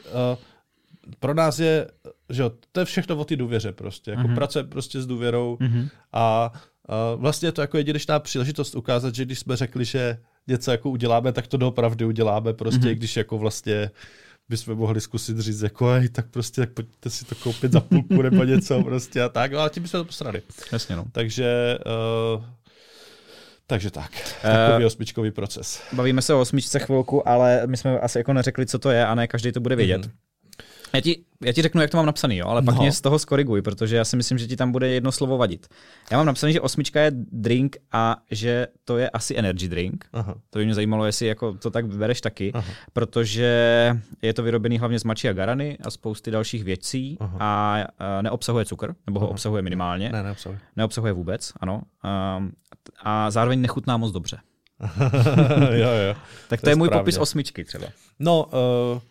pro nás je, že jo, to je všechno o té důvěře prostě. Jako mm-hmm. pracuje prostě s důvěrou mm-hmm. a uh, vlastně je to jako jedinečná příležitost ukázat, že když jsme řekli, že něco jako uděláme, tak to doopravdy uděláme prostě, mm-hmm. když jako vlastně bychom mohli zkusit říct, jako ej, tak prostě tak pojďte si to koupit za půlku nebo něco prostě a tak, no, ale tím bychom to posrali. Jasně, no. Takže, uh, takže tak, takový uh, osmičkový proces. Bavíme se o osmičce chvilku, ale my jsme asi jako neřekli, co to je a ne každý to bude vědět. Mm-hmm. Já ti, já ti řeknu, jak to mám napsaný, jo, ale pak no. mě z toho skoriguj, protože já si myslím, že ti tam bude jedno slovo vadit. Já mám napsaný, že osmička je drink a že to je asi energy drink. Aha. To by mě zajímalo, jestli jako to tak vybereš taky, Aha. protože je to vyrobený hlavně z mači a garany a spousty dalších věcí Aha. a, a neobsahuje cukr, nebo ho Aha. obsahuje minimálně. Ne, neobsahuje. Neobsahuje vůbec, ano. A, a zároveň nechutná moc dobře. jo, jo. Tak to, to je, je můj správně. Popis osmičky třeba. No, uh...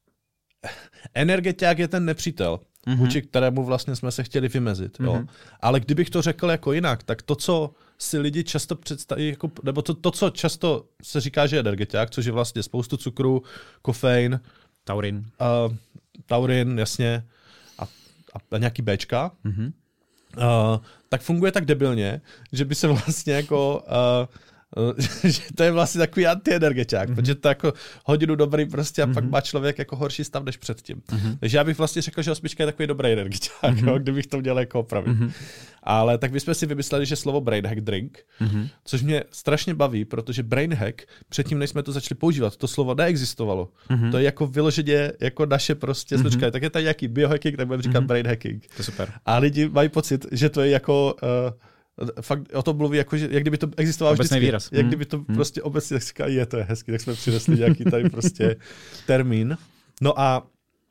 energetiák je ten nepřítel, mm-hmm. vůči kterému vlastně jsme se chtěli vymezit. Mm-hmm. Jo. Ale kdybych to řekl jako jinak, tak to, co si lidi často představí, jako, nebo to, to, co často se říká, že je energetiák, což je vlastně spoustu cukru, kofein, taurin, uh, taurin, jasně, a, a nějaký béčka, mm-hmm. uh, tak funguje tak debilně, že by se vlastně jako... Uh, že to je vlastně takový antienergetiák, mm-hmm. protože to jako hodinu dobrý prostě a mm-hmm. pak má člověk jako horší stav než předtím. Mm-hmm. Takže já bych vlastně řekl, že osmička je takový dobrý energiťák, mm-hmm. jo, kdybych to měl jako opravit. Mm-hmm. Ale tak bychom si vymysleli, že slovo brain hack drink, mm-hmm. což mě strašně baví, protože brain hack, předtím, než jsme to začali používat, to slovo neexistovalo. Mm-hmm. To je jako vyloženě jako naše prostě mm-hmm. slučka. Tak je tady nějaký biohacking, tak budeme říkat mm-hmm. brain hacking. To je super. A lidi mají pocit, že to je jako... Uh, fakt o tom mluví, jako, že jak kdyby to existovalo obecný vždycky. Výraz. Jak kdyby to hmm. prostě obecně tak říká, je, to je hezky, tak jsme přinesli nějaký tady prostě termín. No a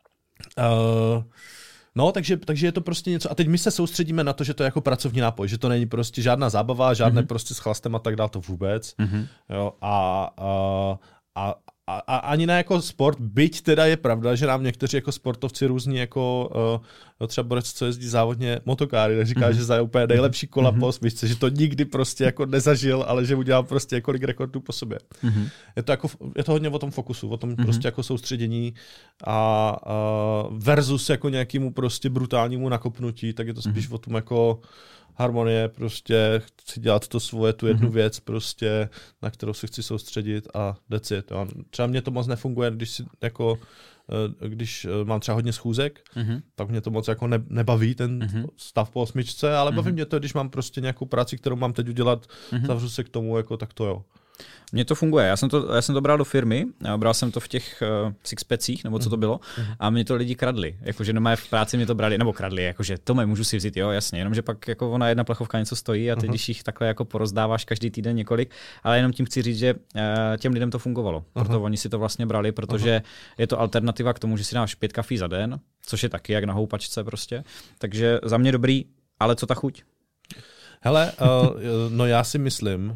uh, no, takže, takže je to prostě něco. A teď my se soustředíme na to, že to je jako pracovní nápoj, že to není prostě žádná zábava, žádné mm-hmm. prostě s chlastem a tak dál, to vůbec. Mm-hmm. Jo, a, a, a A, a ani ne jako sport, byť teda je pravda, že nám někteří jako sportovci různí jako uh, třeba borec, co jezdí závodně motokáry, tak říká, mm-hmm. že za úplně nejlepší kola mm-hmm. po osmičce, že to nikdy prostě jako nezažil, ale že udělal prostě několik rekordů po sobě. Mm-hmm. Je to jako, je to hodně o tom fokusu, o tom mm-hmm. prostě jako soustředění a, a versus jako nějakému prostě brutálnímu nakopnutí, tak je to spíš mm-hmm. o tom jako harmonie, prostě chci dělat to svoje, tu jednu mm-hmm. věc, prostě, na kterou se chci soustředit a that's it. Jo. Třeba mě to moc nefunguje, když si jako když mám třeba hodně schůzek, mm-hmm. tak mě to moc jako ne, nebaví ten mm-hmm. stav po osmičce, ale mm-hmm. baví mě to, když mám prostě nějakou práci, kterou mám teď udělat, mm-hmm. zavřu se k tomu, jako tak to jo. Mně to funguje. Já jsem to, já jsem to bral do firmy, bral jsem to v těch uh, sixpacích, nebo co to bylo, mm-hmm. a mě to lidi kradli. Jakože doma v práci mě to brali, nebo kradli, jakože to mě můžu si vzít, jo, jasně, jenomže pak jako ona jedna plechovka něco stojí a ty, mm-hmm. když jich takhle jako porozdáváš každý týden několik, ale jenom tím chci říct, že uh, těm lidem to fungovalo. Proto mm-hmm. oni si to vlastně brali, protože mm-hmm. je to alternativa k tomu, že si dáš pět kafí za den, což je taky jak na houpačce prostě. Takže za mě dobrý, ale co ta chuť? Hele, uh, no já si myslím,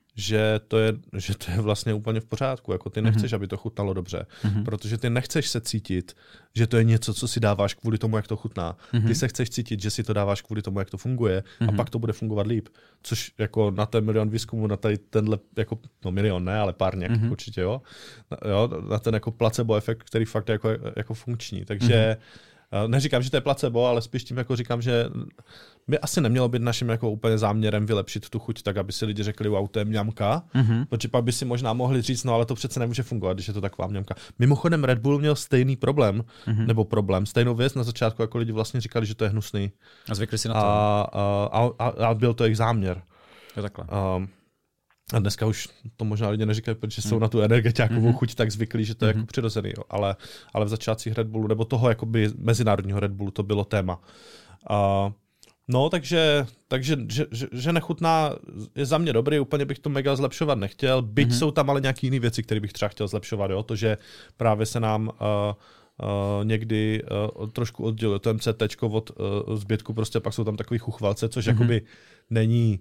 že to je, že to je vlastně úplně v pořádku. Jako ty nechceš, mm-hmm. aby to chutnalo dobře, mm-hmm. protože ty nechceš se cítit, že to je něco, co si dáváš kvůli tomu, jak to chutná. Mm-hmm. Ty se chceš cítit, že si to dáváš kvůli tomu, jak to funguje, mm-hmm. a pak to bude fungovat líp. Což jako na ten milion výzkumu, na tady tenhle, jako, no milion ne, ale pár nějakých mm-hmm. určitě, jo. Na, jo. Na ten jako placebo efekt, který fakt je jako, jako funkční. Takže mm-hmm. neříkám, že to je placebo, ale spíš tím jako říkám, že by asi nemělo být naším jako úplně záměrem vylepšit tu chuť tak, aby si lidi řekli, wow, to je mňamka, mm-hmm. protože pak by si možná mohli říct, no ale to přece nemůže fungovat, když je to taková mňamka. Mimochodem Red Bull měl stejný problém, mm-hmm. nebo problém, stejnou věc na začátku, jako lidi vlastně říkali, že to je hnusný. A zvykli si na to. A, a, a, a byl to jejich záměr. Je takhle. A, a dneska už to možná lidi neříkají, protože jsou mm. na tu energetiákovou mm-hmm. chuť tak zvyklí, že to je mm-hmm. jako přirozený. Jo. Ale, ale v začátcích Red Bullu, nebo toho jakoby mezinárodního Red Bullu, to bylo téma. A, no, takže, takže že, že, že nechutná je za mě dobrý, úplně bych to mega zlepšovat nechtěl, byť mm-hmm. jsou tam ale nějaké jiné věci, které bych třeba chtěl zlepšovat. Jo. To, že právě se nám uh, uh, někdy uh, trošku odděluje to MCTčko od uh, zbytku, prostě pak jsou tam takový chuchvalce, což mm-hmm. jakoby není...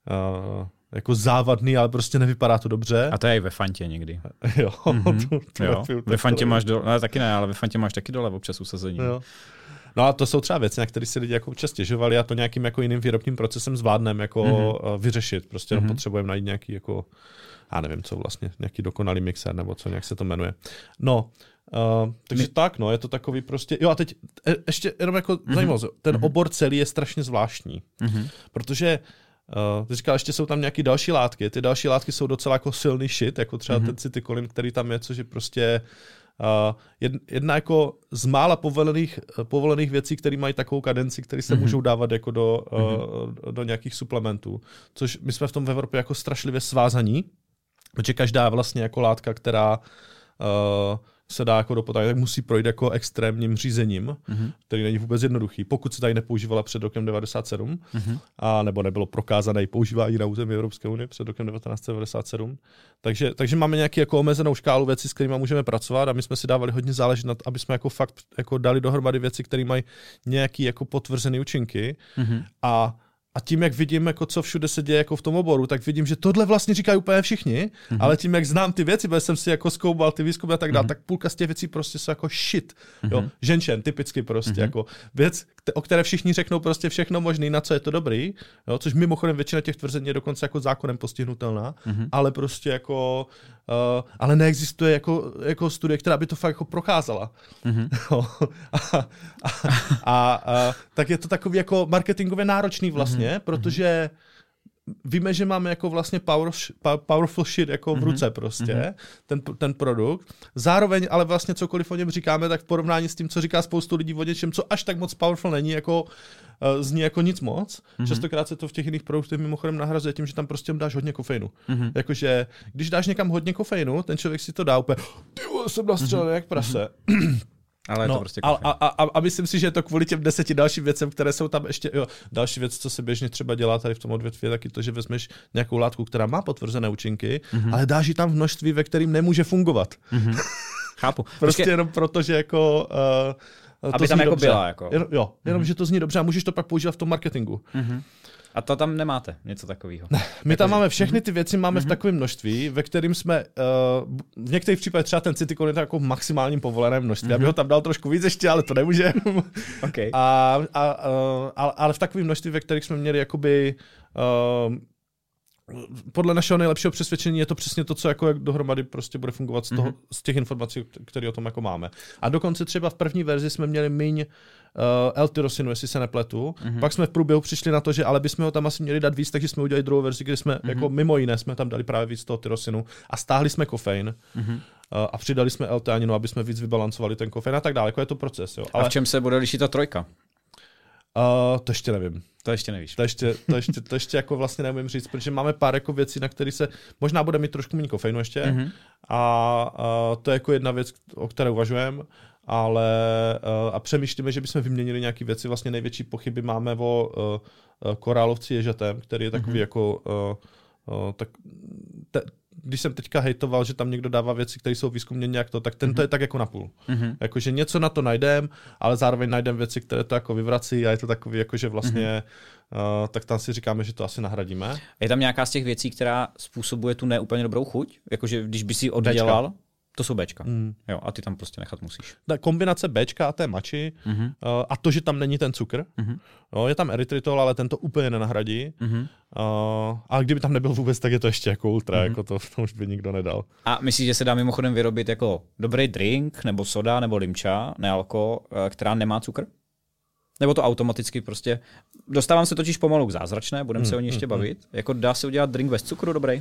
Uh, jako závadný, ale prostě nevypadá to dobře. A to je i ve Fantě někdy. Jo, mm-hmm. to, to jo. Ve Fantě máš dole, no, taky ne, ale ve Fantě máš taky dole občas usazení. Jo. No a to jsou třeba věci, na které si lidi jako občas stěžovali a to nějakým jako jiným výrobním procesem zvládneme jako mm-hmm. vyřešit. Prostě mm-hmm. potřebujeme najít nějaký jako, já nevím co vlastně, nějaký dokonalý mixer nebo co, nějak se to jmenuje. No, Uh, takže My... tak, no, je to takový prostě, jo a teď e, ještě jenom jako mm-hmm. zajímavost, ten mm-hmm. obor celý je strašně zvláštní, mm-hmm. protože Uh, ty říkal, ještě jsou tam nějaké další látky. Ty další látky jsou docela jako silný shit, jako třeba mm-hmm. ten citykolin, který tam je, což je prostě uh, jedna jako z mála povolených, povolených věcí, které mají takovou kadenci, které se mm-hmm. můžou dávat jako do, mm-hmm. uh, do nějakých suplementů. Což my jsme v tom v Evropě jako strašlivě svázaní, protože každá vlastně jako látka, která uh, se dá jako do potravy, tak musí projít jako extrémním řízením, mm-hmm. který není vůbec jednoduchý. Pokud se tady nepoužívala před rokem devadesát sedm, mm-hmm. a nebo nebylo prokázané i používání na území Evropské unie před rokem devatenáct set devadesát sedm. Takže, takže máme nějaký jako omezenou škálu věcí, s kterými můžeme pracovat a my jsme si dávali hodně záležet na to, aby jsme jako fakt jako dali dohromady věci, které mají nějaký jako potvrzené účinky mm-hmm. a A tím, jak vidím, jako co všude se děje jako v tom oboru, tak vidím, že tohle vlastně říkají úplně všichni, mm-hmm. ale tím, jak znám ty věci, protože jsem si jako zkoubal ty výzkumy a tak dále, mm-hmm. tak půlka z těch věcí prostě jsou jako shit. Mm-hmm. Jo? Ženšen, typicky prostě, mm-hmm. jako věc, o které všichni řeknou prostě všechno možný, na co je to dobrý, jo? Což mimochodem většina těch tvrzení je dokonce jako zákonem postihnutelná, mm-hmm. ale prostě jako, uh, ale neexistuje jako, jako studie, která by to fakt jako prokázala. Mm-hmm. a, a, a, a tak je to takový jako marketingově náročný vlastně, mm-hmm. protože víme, že máme jako vlastně power, powerful shit jako v ruce prostě, mm-hmm. ten, ten produkt. Zároveň ale vlastně cokoliv o něm říkáme, tak v porovnání s tím, co říká spoustu lidí o něčem, co až tak moc powerful není, jako uh, zní jako nic moc. Mm-hmm. Častokrát se to v těch jiných produktech mimochodem nahrazuje tím, že tam prostě dáš hodně kofeinu. Mm-hmm. Jakože, když dáš někam hodně kofeinu, ten člověk si to dá úplně, ty vole, jsem nastřelený mm-hmm. jak prase. Mm-hmm. Ale no, to prostě a, a, a, a myslím si, že je to kvůli těm deseti dalším věcem, které jsou tam ještě, jo, další věc, co se běžně třeba dělá tady v tom odvětví, je taky to, že vezmeš nějakou látku, která má potvrzené účinky, mm-hmm. ale dáš ji tam v množství, ve kterým nemůže fungovat. Mm-hmm. Chápu. Prostě Počkej. Jenom proto, že jako... Uh, aby tam jako dobře. Byla. Jako. Jen, jo, jenom, mm-hmm. že to zní dobře a můžeš to pak používat v tom marketingu. Mm-hmm. A to tam nemáte, něco takového. Ne, my jako tam že... máme všechny ty věci, máme mm-hmm. v takovém množství, ve kterým jsme, uh, v některých případech třeba ten citykon je jako v maximálním povoleném množství, mm-hmm. abych ho tam dal trošku víc ještě, ale to nemůže. Okay. a, a, uh, ale v takovém množství, ve kterých jsme měli jakoby uh, podle našeho nejlepšího přesvědčení je to přesně to, co jako jak dohromady prostě bude fungovat z, toho, mm-hmm. z těch informací, které o tom jako máme. A dokonce třeba v první verzi jsme měli míň uh, L-tyrosinu, jestli se nepletu. Mm-hmm. Pak jsme v průběhu přišli na to, že ale bychom ho tam asi měli dát víc, takže jsme udělali druhou verzi, kde jsme mm-hmm. jako mimo jiné jsme tam dali právě víc toho tyrosinu a stáhli jsme kofein. Mm-hmm. Uh, a přidali jsme L-teaninu, aby jsme víc vybalancovali ten kofein a tak dále. Jako je to proces. Jo. Ale... A v čem se bude lišit ta trojka? Uh, to ještě nevím. To ještě nevíš. To ještě, to ještě, to ještě jako vlastně nevím říct, protože máme pár jako věcí, na které se možná bude mít trošku méně kofeinu ještě mm-hmm. a, a to je jako jedna věc, o které uvažujeme, ale a, a přemýšlíme, že bychom vyměnili nějaké věci. Vlastně největší pochyby máme o a, a, korálovci ježatem, který je takový mm-hmm. jako a, a, tak, te, když jsem teďka hejtoval, že tam někdo dává věci, které jsou výzkumně nějak to, tak ten to mm-hmm. je tak jako napůl. Mm-hmm. Jakože něco na to najdem, ale zároveň najdem věci, které to jako vyvrací a je to takový, jakože vlastně, mm-hmm. uh, tak tam si říkáme, že to asi nahradíme. Je tam nějaká z těch věcí, která způsobuje tu neúplně dobrou chuť? Jakože když by si oddělal, Bčka. To jsou Bčka. Mm. Jo, a ty tam prostě nechat musíš. Ta kombinace Bčka a té mači mm-hmm. uh, a to, že tam není ten cukr. Mm-hmm. Jo, je tam erytritol, ale ten to úplně nenahradí. Mm-hmm. Uh, a kdyby tam nebyl vůbec, tak je to ještě jako ultra, mm-hmm. jako to, to už by nikdo nedal. A myslíš, že se dá mimochodem vyrobit jako dobrý drink, nebo soda, nebo limča, nealko, která nemá cukr? Nebo to automaticky prostě... Dostávám se totiž pomalu k zázračné, budeme mm, se o ní ještě mm, bavit. Mm. Jako dá se udělat drink bez cukru dobrý?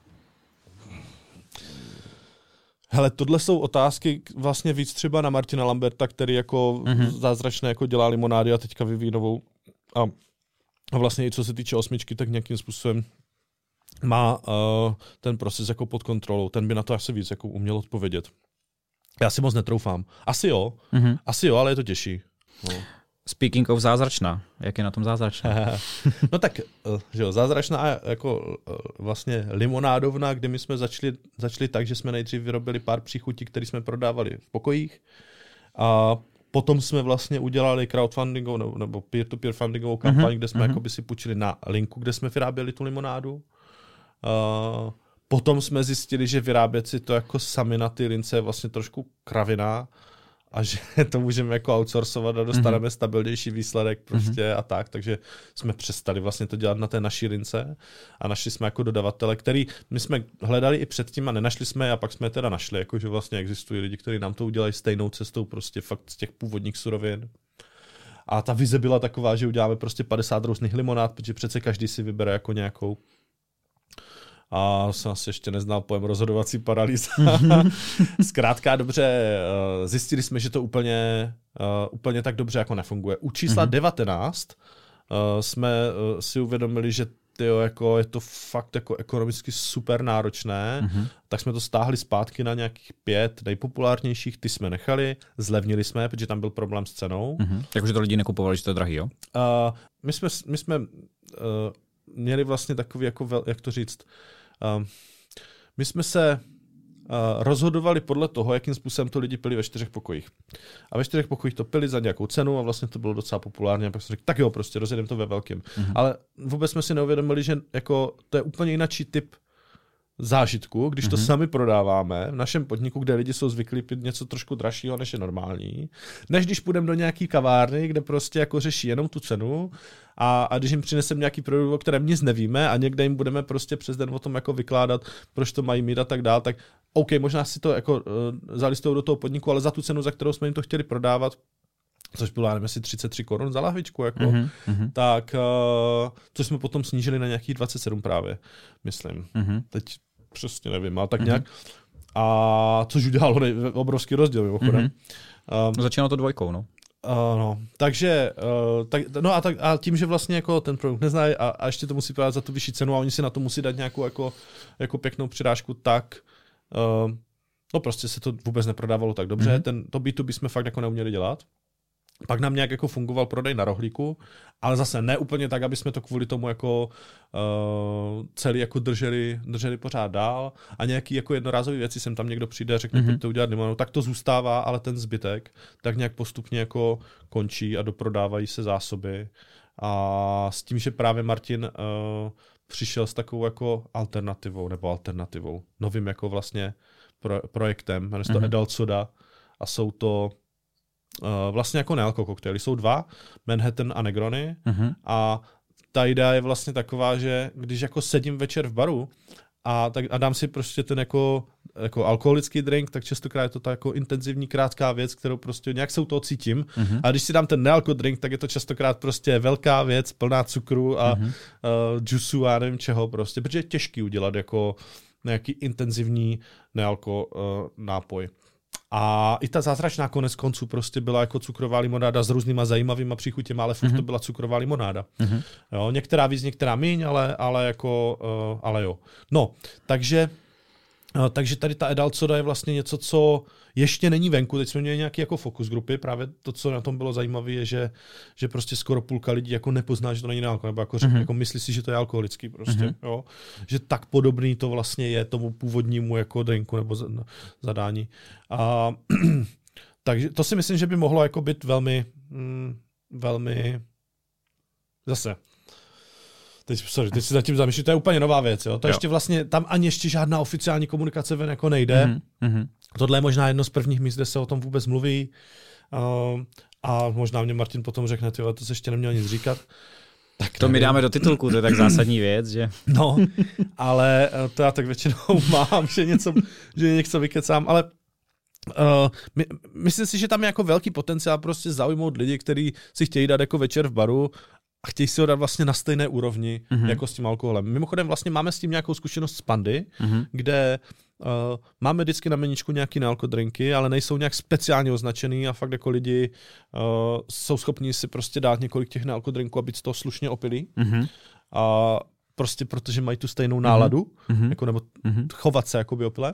Hele, tohle jsou otázky vlastně víc třeba na Martina Lamberta, který jako mm-hmm. zázračné jako dělá limonády a teďka vyvíjí novou. A, a vlastně i co se týče osmičky, tak nějakým způsobem má uh, ten proces jako pod kontrolou. Ten by na to asi víc jako uměl odpovědět. Já si moc netroufám. Asi jo, mm-hmm. asi jo, ale je to těžší. No. Speaking of zázračná, jak je na tom zázračná? No tak, že jo, zázračná jako vlastně limonádovna, kde my jsme začali, začali tak, že jsme nejdřív vyrobili pár příchutí, které jsme prodávali v pokojích a potom jsme vlastně udělali crowdfundingovou nebo, nebo peer-to-peer fundingovou kampaň, uh-huh, kde jsme uh-huh. jakoby si půjčili na linku, kde jsme vyráběli tu limonádu. Uh, potom jsme zjistili, že vyrábět si to jako sami na ty lince je vlastně trošku kravina, a že to můžeme jako outsourcovat a dostaneme mm-hmm. stabilnější výsledek prostě mm-hmm. a tak, takže jsme přestali vlastně to dělat na té naší lince a našli jsme jako dodavatele, který my jsme hledali i předtím a nenašli jsme a pak jsme teda našli, jako že vlastně existují lidi, kteří nám to udělají stejnou cestou prostě fakt z těch původních surovin. A ta vize byla taková, že uděláme prostě padesát různých limonád, protože přece každý si vybere jako nějakou. A jsem asi ještě neznal pojem rozhodovací paralýza. Zkrátka dobře, zjistili jsme, že to úplně, úplně tak dobře jako nefunguje. U čísla mm-hmm. devatenáct jsme si uvědomili, že tyjo, jako je to fakt jako ekonomicky super náročné, mm-hmm. tak jsme to stáhli zpátky na nějakých pět nejpopulárnějších, ty jsme nechali, zlevnili jsme, protože tam byl problém s cenou. Mm-hmm. Takže to lidi nekupovali, že to je drahý, jo? Uh, my jsme, my jsme uh, měli vlastně takový, jako vel, jak to říct, uh, my jsme se uh, rozhodovali podle toho, jakým způsobem to lidi pili ve čtyřech pokojích. A ve čtyřech pokojích to pili za nějakou cenu a vlastně to bylo docela populární a pak jsme řekli, tak jo, prostě rozjedeme to ve velkém. Mm-hmm. Ale vůbec jsme si neuvědomili, že jako to je úplně jináčí typ zážitku, když mm-hmm. to sami prodáváme v našem podniku, kde lidi jsou zvyklí pít něco trošku dražšího, než je normální, než když půjdeme do nějaký kavárny, kde prostě jako řeší jenom tu cenu a, a když jim přineseme nějaký produkt, o kterém nic nevíme a někde jim budeme prostě přes den o tom jako vykládat, proč to mají mít a tak dál, tak OK, možná si to jako uh, zalistují do toho podniku, ale za tu cenu, za kterou jsme jim to chtěli prodávat, což bylo, nevím, asi třicet tři korun za lahvičku, jako, mm-hmm. tak uh, což jsme potom snížili na nějakých dvacet sedm právě, myslím. Mm-hmm. Teď přesně nevím, ale tak mm-hmm. nějak. A což udělalo nej- obrovský rozdíl, mimochodem. Mm-hmm. Um, no, začínalo to dvojkou, no. Uh, no, takže, uh, tak, no a, tak, a tím, že vlastně jako ten produkt neznají a, a ještě to musí prodat za tu vyšší cenu a oni si na to musí dát nějakou jako, jako pěknou přirážku, tak uh, no prostě se to vůbec neprodávalo tak dobře. Mm-hmm. Ten, to bé dvě bé jsme fakt jako neuměli dělat. Pak nám nějak jako fungoval prodej na rohlíku, ale zase ne úplně tak, aby jsme to kvůli tomu jako uh, celý jako drželi, drželi pořád dál a nějaký jako jednorázové věci sem tam někdo přijde a řekne, mm-hmm. pojďte udělat limonádu, tak to zůstává, ale ten zbytek tak nějak postupně jako končí a doprodávají se zásoby a s tím, že právě Martin uh, přišel s takovou jako alternativou nebo alternativou, novým jako vlastně pro, projektem, jmenuje se to mm-hmm. Adult Soda a jsou to Uh, vlastně jako nealko koktejly. Jsou dva, Manhattan a Negrony uh-huh. a ta idea je vlastně taková, že když jako sedím večer v baru a, tak, a dám si prostě ten jako, jako alkoholický drink, tak častokrát je to ta jako intenzivní krátká věc, kterou prostě nějak se u toho cítím. Mm-hmm. A když si dám ten nealko drink, tak je to častokrát prostě velká věc, plná cukru a mm-hmm. uh, džusu a nevím čeho prostě, protože je těžký udělat jako nějaký intenzivní nealko uh, nápoj. A i ta zázračná konec konců prostě byla jako cukrová limonáda s různýma zajímavýma příchutěma, ale furt mm-hmm. to byla cukrová limonáda. Mm-hmm. Jo, některá víc, některá míň, ale, ale jako, uh, ale jo. No, takže, uh, takže tady ta Edal Soda je vlastně něco, co ještě není venku. Teď jsme měli nějaký jako focus grupy, právě to, co na tom bylo zajímavé, je, že, že prostě skoro půlka lidí jako nepozná, že to není nealko, nebo jako, mm-hmm. jako myslí si, že to je alkoholický prostě, mm-hmm. jo. Že tak podobný to vlastně je tomu původnímu jako drinku nebo zadání. A takže to si myslím, že by mohlo jako být velmi, mm, velmi zase. Teď, sorry, teď si zatím zamýšlím, to je úplně nová věc, jo. To jo. Ještě vlastně, tam ani ještě žádná oficiální komunikace ven jako nejde. Mm-hmm. Tohle je možná jedno z prvních míst, kde se o tom vůbec mluví. Uh, a možná mě Martin potom řekne, tyjo, to se ještě neměl nic říkat. Tak to nevím. My dáme do titulku, to je tak zásadní věc, že? No, ale to já tak většinou mám, že něco, že něco vykecám, ale Uh, my, myslím si, že tam je jako velký potenciál prostě zaujmout lidi, kteří si chtějí dát jako večer v baru a chtějí si ho dát vlastně na stejné úrovni mm-hmm. jako s tím alkoholem. Mimochodem vlastně máme s tím nějakou zkušenost z Pandy, mm-hmm. kde uh, máme vždycky na meničku nějaký nealkodrinky, ale nejsou nějak speciálně označený a fakt jako lidi uh, jsou schopni si prostě dát několik těch nealkodrinků a být z toho slušně opilí. Mm-hmm. A prostě protože mají tu stejnou náladu, mm-hmm. jako nebo mm-hmm. chovat se jako by opile.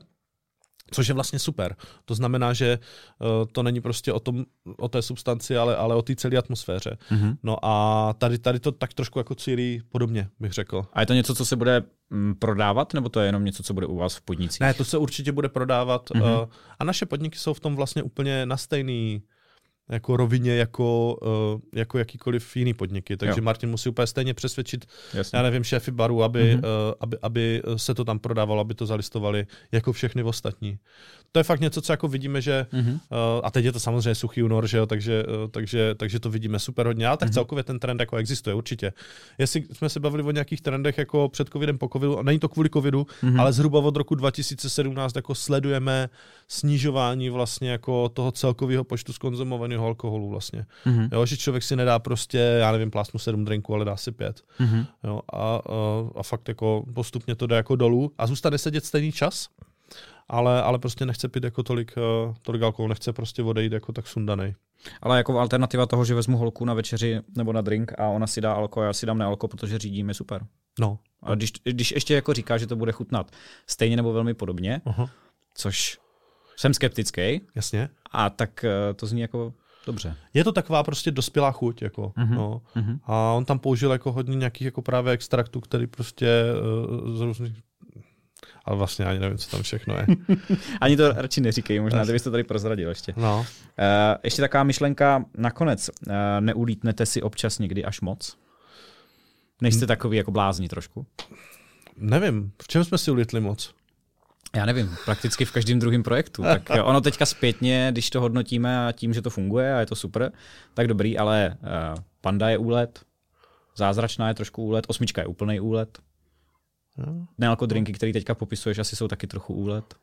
Což je vlastně super. To znamená, že uh, to není prostě o tom, o té substanci, ale, ale o té celé atmosféře. Mm-hmm. No a tady, tady to tak trošku jako cílí podobně, bych řekl. A je to něco, co se bude mm, prodávat, nebo to je jenom něco, co bude u vás v podnicích? Ne, to se určitě bude prodávat. Mm-hmm. Uh, a naše podniky jsou v tom vlastně úplně na stejný jako rovině jako, uh, jako jakýkoliv jiný podniky. Takže jo. Martin musí úplně stejně přesvědčit, Jasně. já nevím, šéfy baru, aby, mm-hmm. uh, aby, aby se to tam prodávalo, aby to zalistovali jako všechny ostatní. To je fakt něco, co jako vidíme, že mm-hmm. uh, a teď je to samozřejmě suchý únor, že jo, takže, uh, takže, takže to vidíme super hodně, ale tak mm-hmm. celkově ten trend jako existuje určitě. Jestli jsme se bavili o nějakých trendech jako před covidem, po covidu, a není to kvůli covidu, mm-hmm. ale zhruba od roku dva tisíce sedmnáct jako sledujeme snižování vlastně jako toho celkového počtu zkonzumovaného alkoholu vlastně. Mm-hmm. Jo, že člověk si nedá prostě, já nevím, plástnu sedm drinků, ale dá si pět. Mm-hmm. Jo, a, a, a fakt jako postupně to jde jako dolů a zůstane sedět stejný čas, ale, ale prostě nechce pít jako tolik, uh, tolik alkoholu, nechce prostě odejít jako tak sundanej. Ale jako alternativa toho, že vezmu holku na večeři nebo na drink a ona si dá alko a já si dám nealko, protože řídím, je super. No. A když, když ještě jako říká, že to bude chutnat stejně nebo velmi podobně, uh-huh. což jsem skeptický. Jasně. A tak uh, to zní jako dobře. Je to taková prostě dospělá chuť, jako, uh-huh. no. Uh-huh. A on tam použil jako hodně nějakých jako právě extraktů, který prostě uh, z různých, ale vlastně ani nevím, co tam všechno je. Ani to radši neříkej, možná, kdybyste to tady prozradil ještě. No. Uh, ještě taková myšlenka nakonec. Uh, neulítnete si občas někdy až moc? Nejste takový jako blázni trošku? Nevím, v čem jsme si ulítli moc? Já nevím, prakticky v každém druhém projektu. Tak ono teďka zpětně, když to hodnotíme a tím, že to funguje a je to super, tak dobrý, ale uh, Panda je úlet, Zázračná je trošku úlet, Osmička je úplnej úlet. Nealko drinky, který teďka popisuješ, asi jsou taky trochu úlet.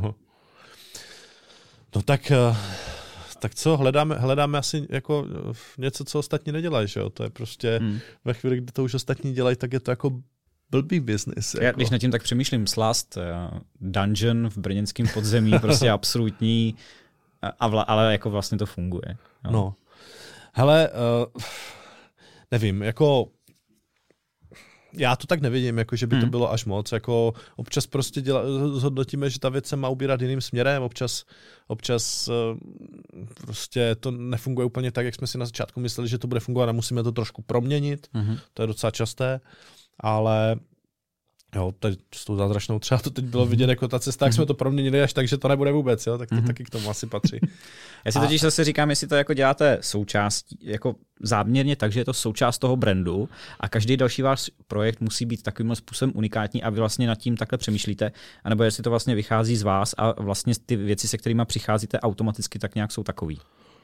No tak, tak co, hledáme, hledáme asi jako něco, co ostatní nedělají, že jo? To je prostě hmm. ve chvíli, kdy to už ostatní dělají, tak je to jako blbý business. Jako. Já, když nad tím tak přemýšlím, Slast, uh, dungeon v brněnském podzemí, prostě absolutní, a vla, ale jako vlastně to funguje. Jo? No. Hele, uh, nevím, jako já to tak nevidím, jako že by to hmm. bylo až moc. Jako občas prostě děla, zhodnotíme, že ta věc se má ubírat jiným směrem, občas, občas uh, prostě to nefunguje úplně tak, jak jsme si na začátku mysleli, že to bude fungovat a musíme to trošku proměnit. Hmm. To je docela časté, ale jo, tady s tou Zázračnou třeba to teď bylo vidět jako ta cesta, jak jsme to proměnili až tak, že to nebude vůbec, jo, tak to mm-hmm. taky k tomu asi patří. Já si totiž zase říkám, jestli to jako děláte součástí, jako záměrně tak, že je to součást toho brandu a každý další váš projekt musí být takovým způsobem unikátní a vy vlastně nad tím takhle přemýšlíte, anebo jestli to vlastně vychází z vás a vlastně ty věci, se kterými přicházíte automaticky, tak nějak jsou takový.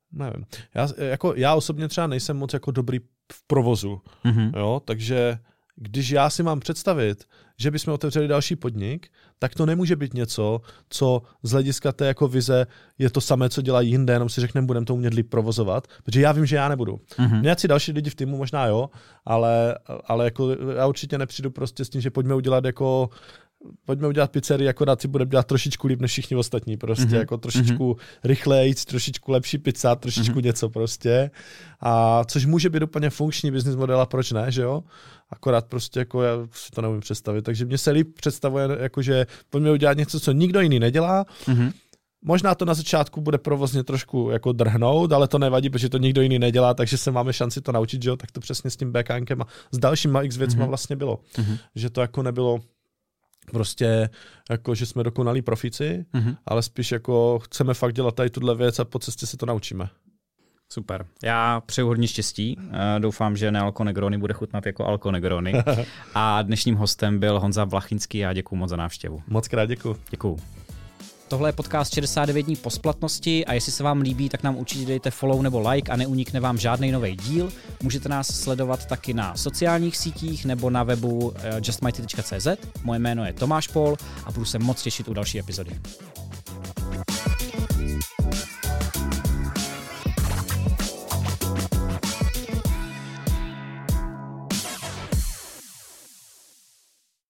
nevím. Já, jako, já osobně třeba nejsem moc jako dobrý v provozu, mm-hmm. jo, takže když já si mám představit, že bychom otevřeli další podnik, tak to nemůže být něco, co z hlediska té jako vize je to samé, co dělají jinde, jenom si řekneme, budeme to umět líp provozovat, protože já vím, že já nebudu. Mm-hmm. Nějací další lidi v týmu možná jo, ale, ale jako já určitě nepřijdu prostě s tím, že pojďme udělat jako pojďme udělat pizzerii, akorát si budeme dělat trošičku líp než všichni ostatní, prostě mm-hmm. jako trošičku mm-hmm. rychlejc, trošičku lepší pizza, trošičku mm-hmm. něco prostě. A což může být úplně funkční business model a proč ne, že jo? Akorát prostě jako já si to neumím představit. Takže mě se líp představuje, jako že pojďme udělat něco, co nikdo jiný nedělá. Mm-hmm. Možná to na začátku bude provozně trošku jako drhnout, ale to nevadí, protože to nikdo jiný nedělá, takže se máme šanci to naučit, že jo? Tak to přesně s tím BKNkem a s dalšíma x věcma mm-hmm. vlastně bylo. Mm-hmm. Že to jako nebylo prostě jako, že jsme dokonalí profíci, mm-hmm. ale spíš jako chceme fakt dělat tady tuhle věc a po cestě se to naučíme. Super. Já přeju hodně štěstí. Doufám, že Nealko Negroni bude chutnat jako Alko Negroni. A dnešním hostem byl Honza Vlachinský a děkuju moc za návštěvu. Moc krát děkuju. Děkuju. Tohle je podcast šedesát devět dní po splatnosti a jestli se vám líbí, tak nám určitě dejte follow nebo like a neunikne vám žádný nový díl. Můžete nás sledovat taky na sociálních sítích nebo na webu just mighty tečka cé zet. Moje jméno je Tomáš Pol a budu se moc těšit u další epizody.